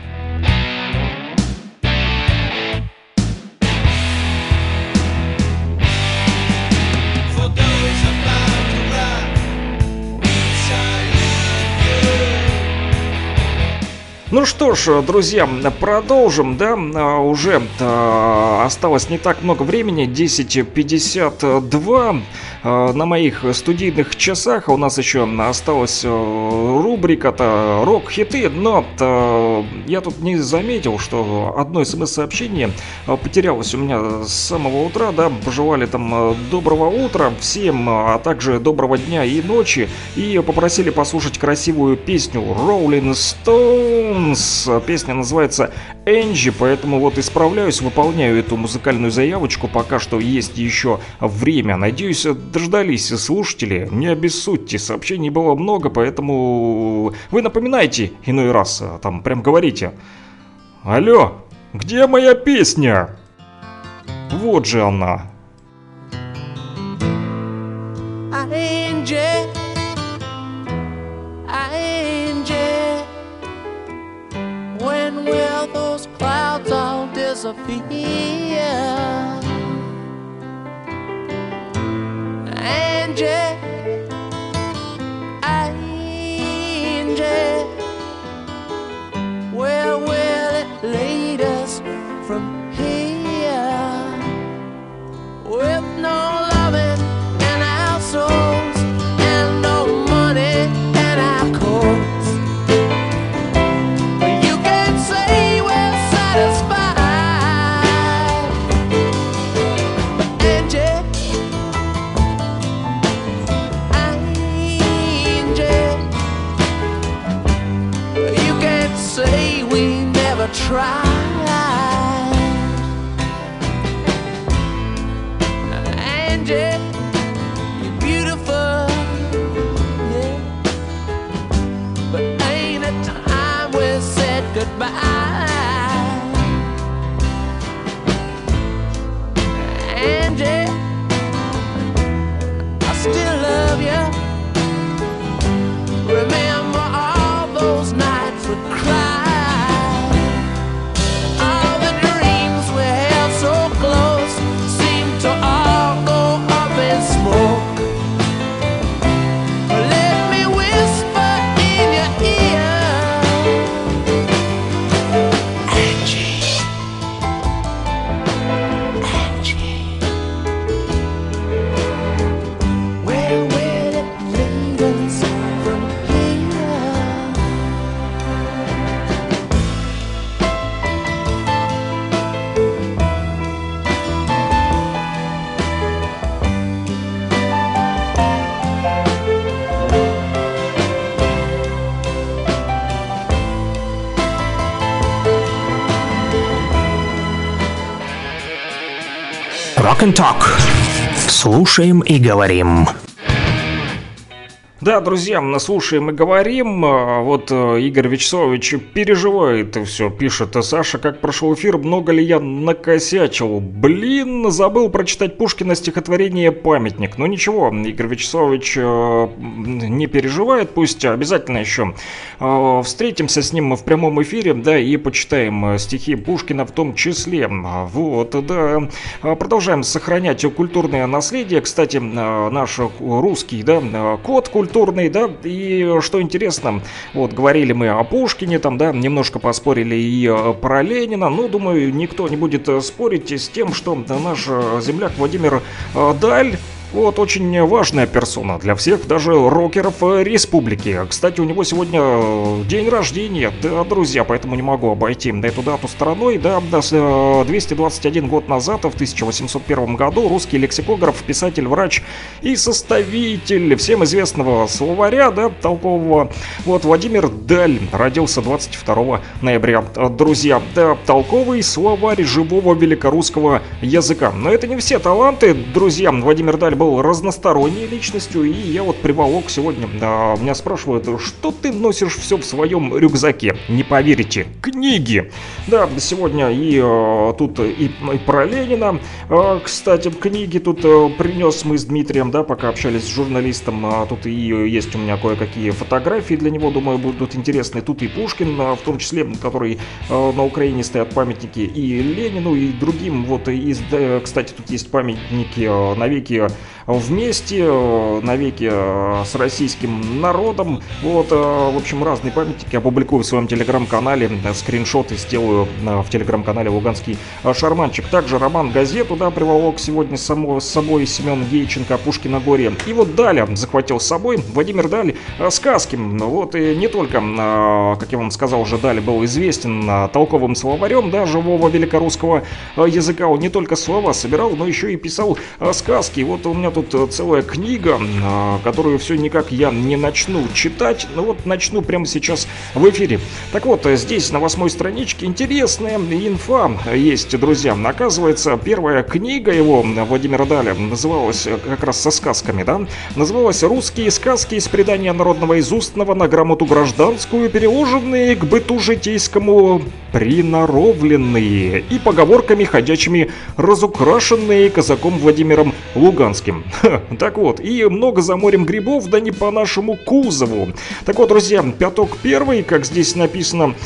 Ну что ж, друзья, продолжим, да, уже осталось не так много времени, 10:52 на моих студийных часах. У нас еще осталась рубрика-то «Рок-хиты», но я тут не заметил, что одно смс-сообщение потерялось у меня с самого утра, да, пожелали там доброго утра всем, а также доброго дня и ночи, и попросили послушать красивую песню Rolling Stones. Песня называется «Энджи», поэтому вот исправляюсь, выполняю эту музыкальную заявочку, пока что есть еще время. Надеюсь, дождались слушатели, не обессудьте, сообщений было много, поэтому вы напоминайте иной раз, там прям говорите: алло, где моя песня? Вот же она. When will those clouds all disappear? Angie, Angie, where will it lead us from here? With no loving in our souls and no money in our coats. Tried, Angie, you're beautiful, yeah, but ain't it time we said goodbye? Angie, I still love you. Remember all those nights we cried. Rock and Talk. Слушаем и говорим. Да, друзья, слушаем и говорим. Вот Игорь Вячеславович переживает и все, пишет. Саша, как прошел эфир, много ли я накосячил? Блин, забыл прочитать Пушкина стихотворение «Памятник». Но ничего, Игорь Вячеславович не переживает, пусть обязательно еще встретимся с ним в прямом эфире, да, и почитаем стихи Пушкина в том числе. Вот, да. Продолжаем сохранять культурное наследие. Кстати, наш русский, да, код культурный, да, и что интересно, вот, говорили мы о Пушкине, там, да, немножко поспорили и про Ленина, но, думаю, никто не будет спорить с тем, что наш земляк Владимир Даль, вот, очень важная персона для всех, даже рокеров республики. Кстати, у него сегодня день рождения, да, друзья, поэтому не могу обойти эту дату стороной. Да, 221 год назад, в 1801 году, русский лексикограф, писатель, врач и составитель всем известного словаря, да, толкового, вот, Владимир Даль родился 22 ноября. Друзья, да, толковый словарь живого великорусского языка. Но это не все таланты, друзья. Владимир Даль был разносторонней личностью, и я вот приволок сегодня, меня спрашивают, что ты носишь все в своем рюкзаке? Не поверите, книги. Да, сегодня и тут и про Ленина, кстати, книги тут принес мы с Дмитрием, да, пока общались с журналистом, тут и есть у меня кое-какие фотографии для него, думаю, будут интересны. Тут и Пушкин, в том числе, который на Украине стоят памятники и Ленину, и другим, вот, и, кстати, тут есть памятники навеки вместе, навеки с российским народом. Вот, в общем, разные памятники опубликую в своем телеграм-канале, скриншоты сделаю в телеграм-канале «Луганский шарманчик». Также роман-газету, да, приволок сегодня с собой Семен Гейченко, «Пушкино горе». И вот Даля захватил с собой, Владимир Даль, сказки. Вот, и не только, как я вам сказал уже, Даль был известен толковым словарем, да, живого великорусского языка. Он не только слова собирал, но еще и писал сказки. Вот у меня тут целая книга, которую все никак я не начну читать, но вот начну прямо сейчас в эфире. Так вот, здесь на 8-й страничке интересная инфа есть, друзья. Оказывается, первая книга его, Владимира Даля, называлась как раз со сказками, да, называлась «Русские сказки из предания народного из устного на грамоту гражданскую, переложенные к быту житейскому, приноровленные и поговорками ходячими разукрашенные казаком Владимиром Луганским». Так вот, и много за морем грибов, да не по нашему кузову. Так вот, друзья, пяток первый, как здесь написано,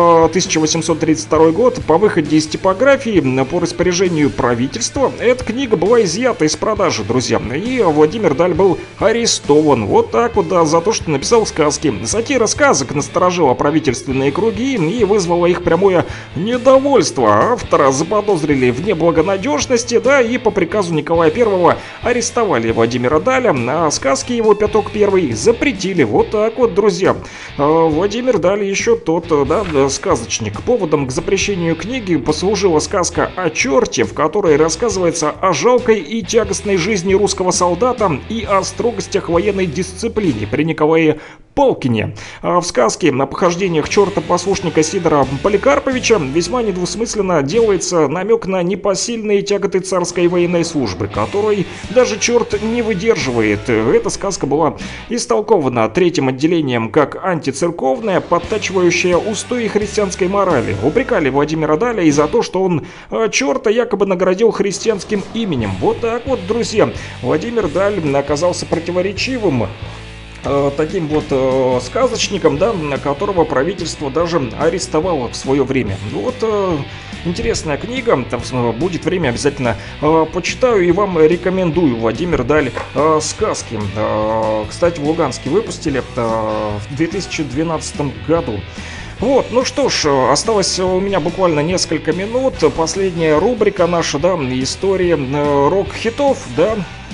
1832 год, по выходе из типографии по распоряжению правительства, эта книга была изъята из продажи, друзья. И Владимир Даль был арестован. Вот так вот, да, за то, что написал сказки. Сатира сказок насторожила правительственные круги и вызвала их прямое недовольство. Автора заподозрили в неблагонадежности, да, и по приказу Николая I арестовали Владимира Даля, а сказки его пяток первый запретили. Вот так вот, друзья. Владимир Даль еще тот, да, сказочник. Поводом к запрещению книги послужила сказка о черте, в которой рассказывается о жалкой и тягостной жизни русского солдата и о строгостях военной дисциплине при Николае Палкине. В сказке о похождениях черта-послушника Сидора Поликарповича весьма недвусмысленно делается намек на непосильные тяготы царской военной службы, которой даже черт не выдерживает. Эта сказка была истолкована третьим отделением как антицерковная, подтачивающая устои христианской морали. Упрекали Владимира Даля и за то, что он черта якобы наградил христианским именем. Вот так вот, друзья. Владимир Даль оказался противоречивым таким вот сказочником, да, которого правительство даже арестовало в свое время. Вот интересная книга, там будет время, обязательно почитаю и вам рекомендую. Владимир Даль, сказки. Кстати, в Луганске выпустили в 2012 году. Вот, ну что ж, осталось у меня буквально несколько минут. Последняя рубрика наша, да, история рок-хитов, да.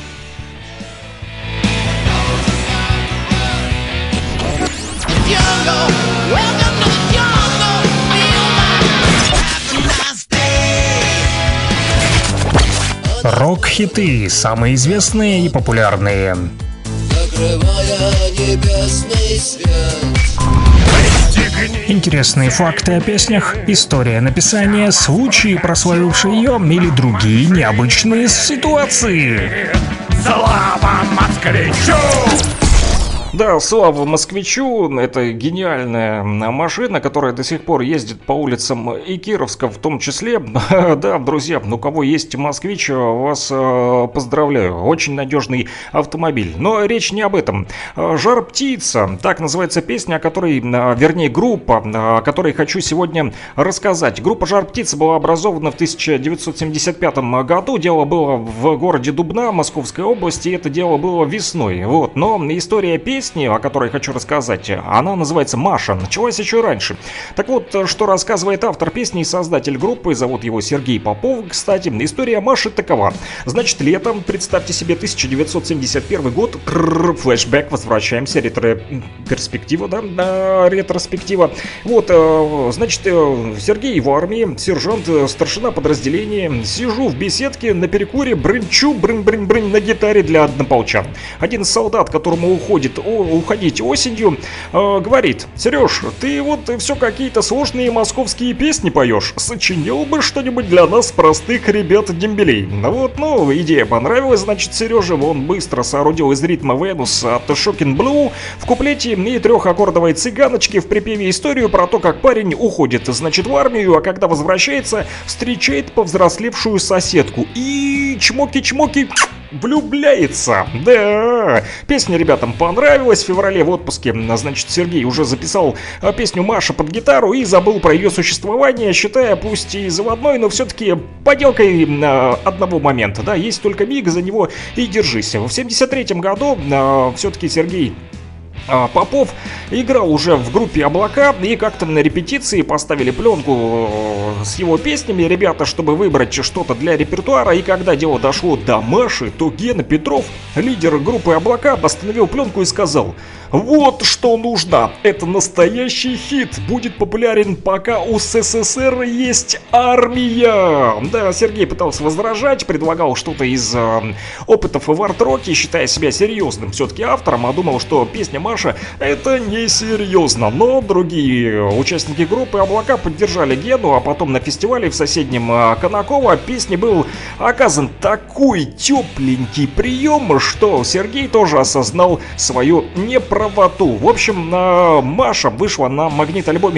Рок-хиты, самые известные и популярные. Закрывая небесный свет. Интересные факты о песнях, история написания, случаи, прославившие ее, или другие необычные ситуации. Слава москвичу! Да, слава москвичу, это гениальная машина, которая до сих пор ездит по улицам и Кировска в том числе. Да, друзья, у кого есть москвич, вас поздравляю, очень надежный автомобиль. Но речь не об этом. «Жар-птица», так называется песня, о которой, вернее группа, о которой хочу сегодня рассказать. Группа «Жар-птица» была образована в 1975 году, дело было в городе Дубна, Московской области, и это дело было весной. Вот. Но история песни, о которой хочу рассказать, она называется «Маша», началась еще раньше. Так вот, что рассказывает автор песни и создатель группы, зовут его Сергей Попов, кстати. История Маши такова. Значит, летом, представьте себе, 1971 год, флешбэк, возвращаемся, ретро-перспектива, да, ретроспектива. Вот, значит, Сергей в армии, сержант, старшина подразделения, сижу в беседке на перекуре, брынчу, брын-брын-брын на гитаре для однополчан. Один из солдат, которому уходить осенью, говорит: Сереж, ты вот все какие-то сложные московские песни поешь, сочинил бы что-нибудь для нас, простых ребят-дембелей. Вот, ну, идея понравилась, значит, Сереже, он быстро соорудил из ритма Венус от Shocking Blue в куплете и трехаккордовой цыганочки в припеве историю про то, как парень уходит, значит, в армию, а когда возвращается, встречает повзрослевшую соседку и чмоки-чмоки влюбляется. Да, песня ребятам понравилась. В феврале в отпуске, значит, Сергей уже записал песню «Маша» под гитару и забыл про ее существование, считая, пусть и заводной, но все-таки поделкой одного момента. Да, есть только миг, за него и держись. В 1973 году все-таки Сергей Попов играл уже в группе «Облака», и как-то на репетиции поставили пленку с его песнями, ребята, чтобы выбрать что-то для репертуара, и когда дело дошло до Маши, то Гена Петров, лидер группы «Облака», остановил пленку и сказал: вот что нужно, это настоящий хит, будет популярен, пока у СССР есть армия. Да, Сергей пытался возражать, предлагал что-то из опытов в арт-роке, считая себя серьезным все-таки автором, а думал, что песня «Маша» это несерьезно. Но другие участники группы «Облака» поддержали Гену, а потом на фестивале в соседнем Конаково песне был оказан такой тепленький прием, что Сергей тоже осознал свою неправоту. В общем, Маша вышла на магнит-альбоме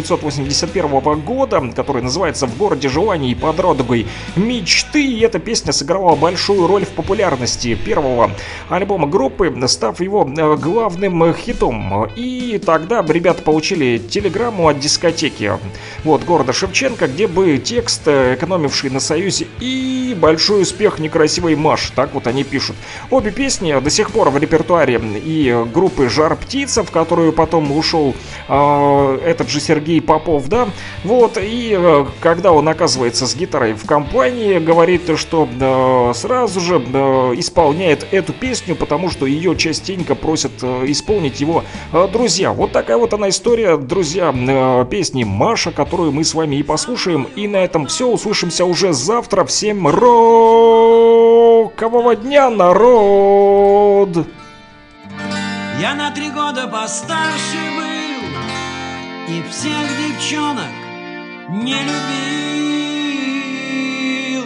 1981 года, который называется «В городе желаний под радугой мечты», и эта песня сыграла большую роль в популярности первого альбома группы, став его главным хитом. И тогда ребята получили телеграмму от дискотеки города Шевченко, где бы текст, экономивший на союзе, и большой успех некрасивой Маши. Так вот они пишут. Обе песни до сих пор в репертуаре и группы «Жар-птица», в которую потом ушел этот же Сергей Попов, да. Вот, и когда он оказывается с гитарой в компании, говорит, что сразу же исполняет эту песню, потому что ее частенько просят исполнить его друзья. Вот такая вот она история, друзья, песни «Маша», которую мы с вами и послушаем. И на этом все. Услышимся уже завтра. Всем рокового дня, народ! Я на 3 года постарше был и всех девчонок не любил.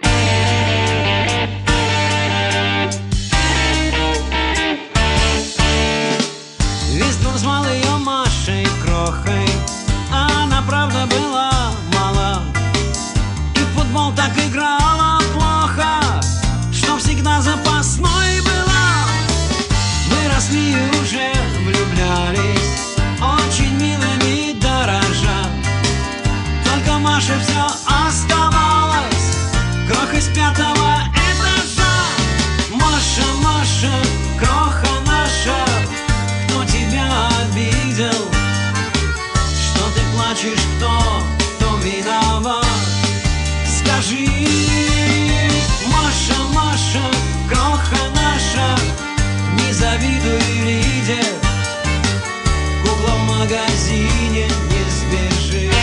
Весь двор звал ее Машей Крохой, а она правда была мала, и в футбол так играла плохо, что всегда запасной была. Выросли и уже влюблялись, очень милыми дорожа. Только Маше все оставалось крохой с 5-го этажа. Маша, Маша, кроха наша, кто тебя обидел? Что ты плачешь, кто виноват? Скажи, Маша, Маша, кроха наша, не завидуй Лиде, кукла в магазине не сбежит.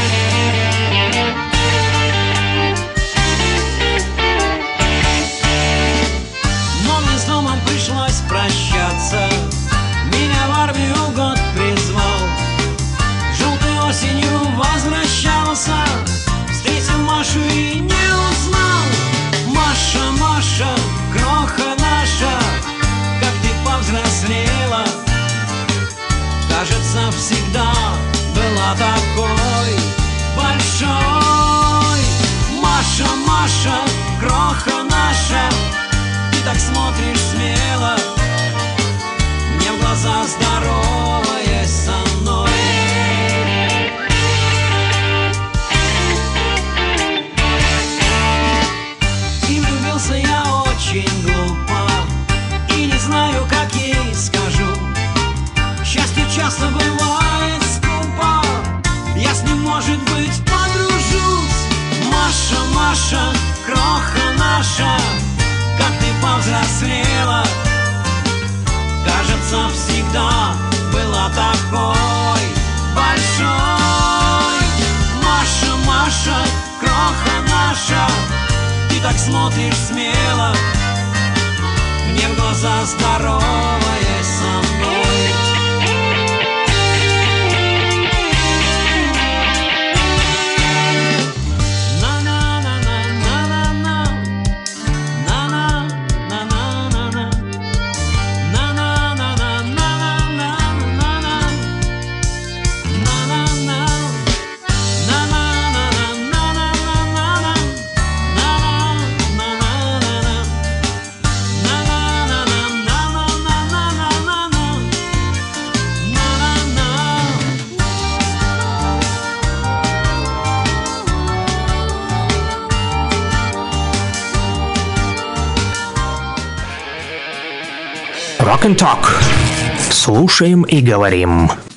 Но мне с домом пришлось прощаться, меня в армию год призвал. Машу и не узнал. Маша, Маша, кроха наша, как ты повзрослела. Кажется, всегда была такой большой. Маша, Маша, кроха наша, ты так смотришь смело мне в глаза, здороваясь со мной. И влюбился я очень глупо, и не знаю, как ей скажу. Счастье часто бывает скупо, я с ним, может быть, подружусь. Маша, Маша, кроха наша, как ты повзрослела. Кажется, всегда была такой большой. Маша, Маша, кроха наша, ты так смотришь смело мне в глаза, здороваясь со мной. Rock and Talk. Слушаем и говорим.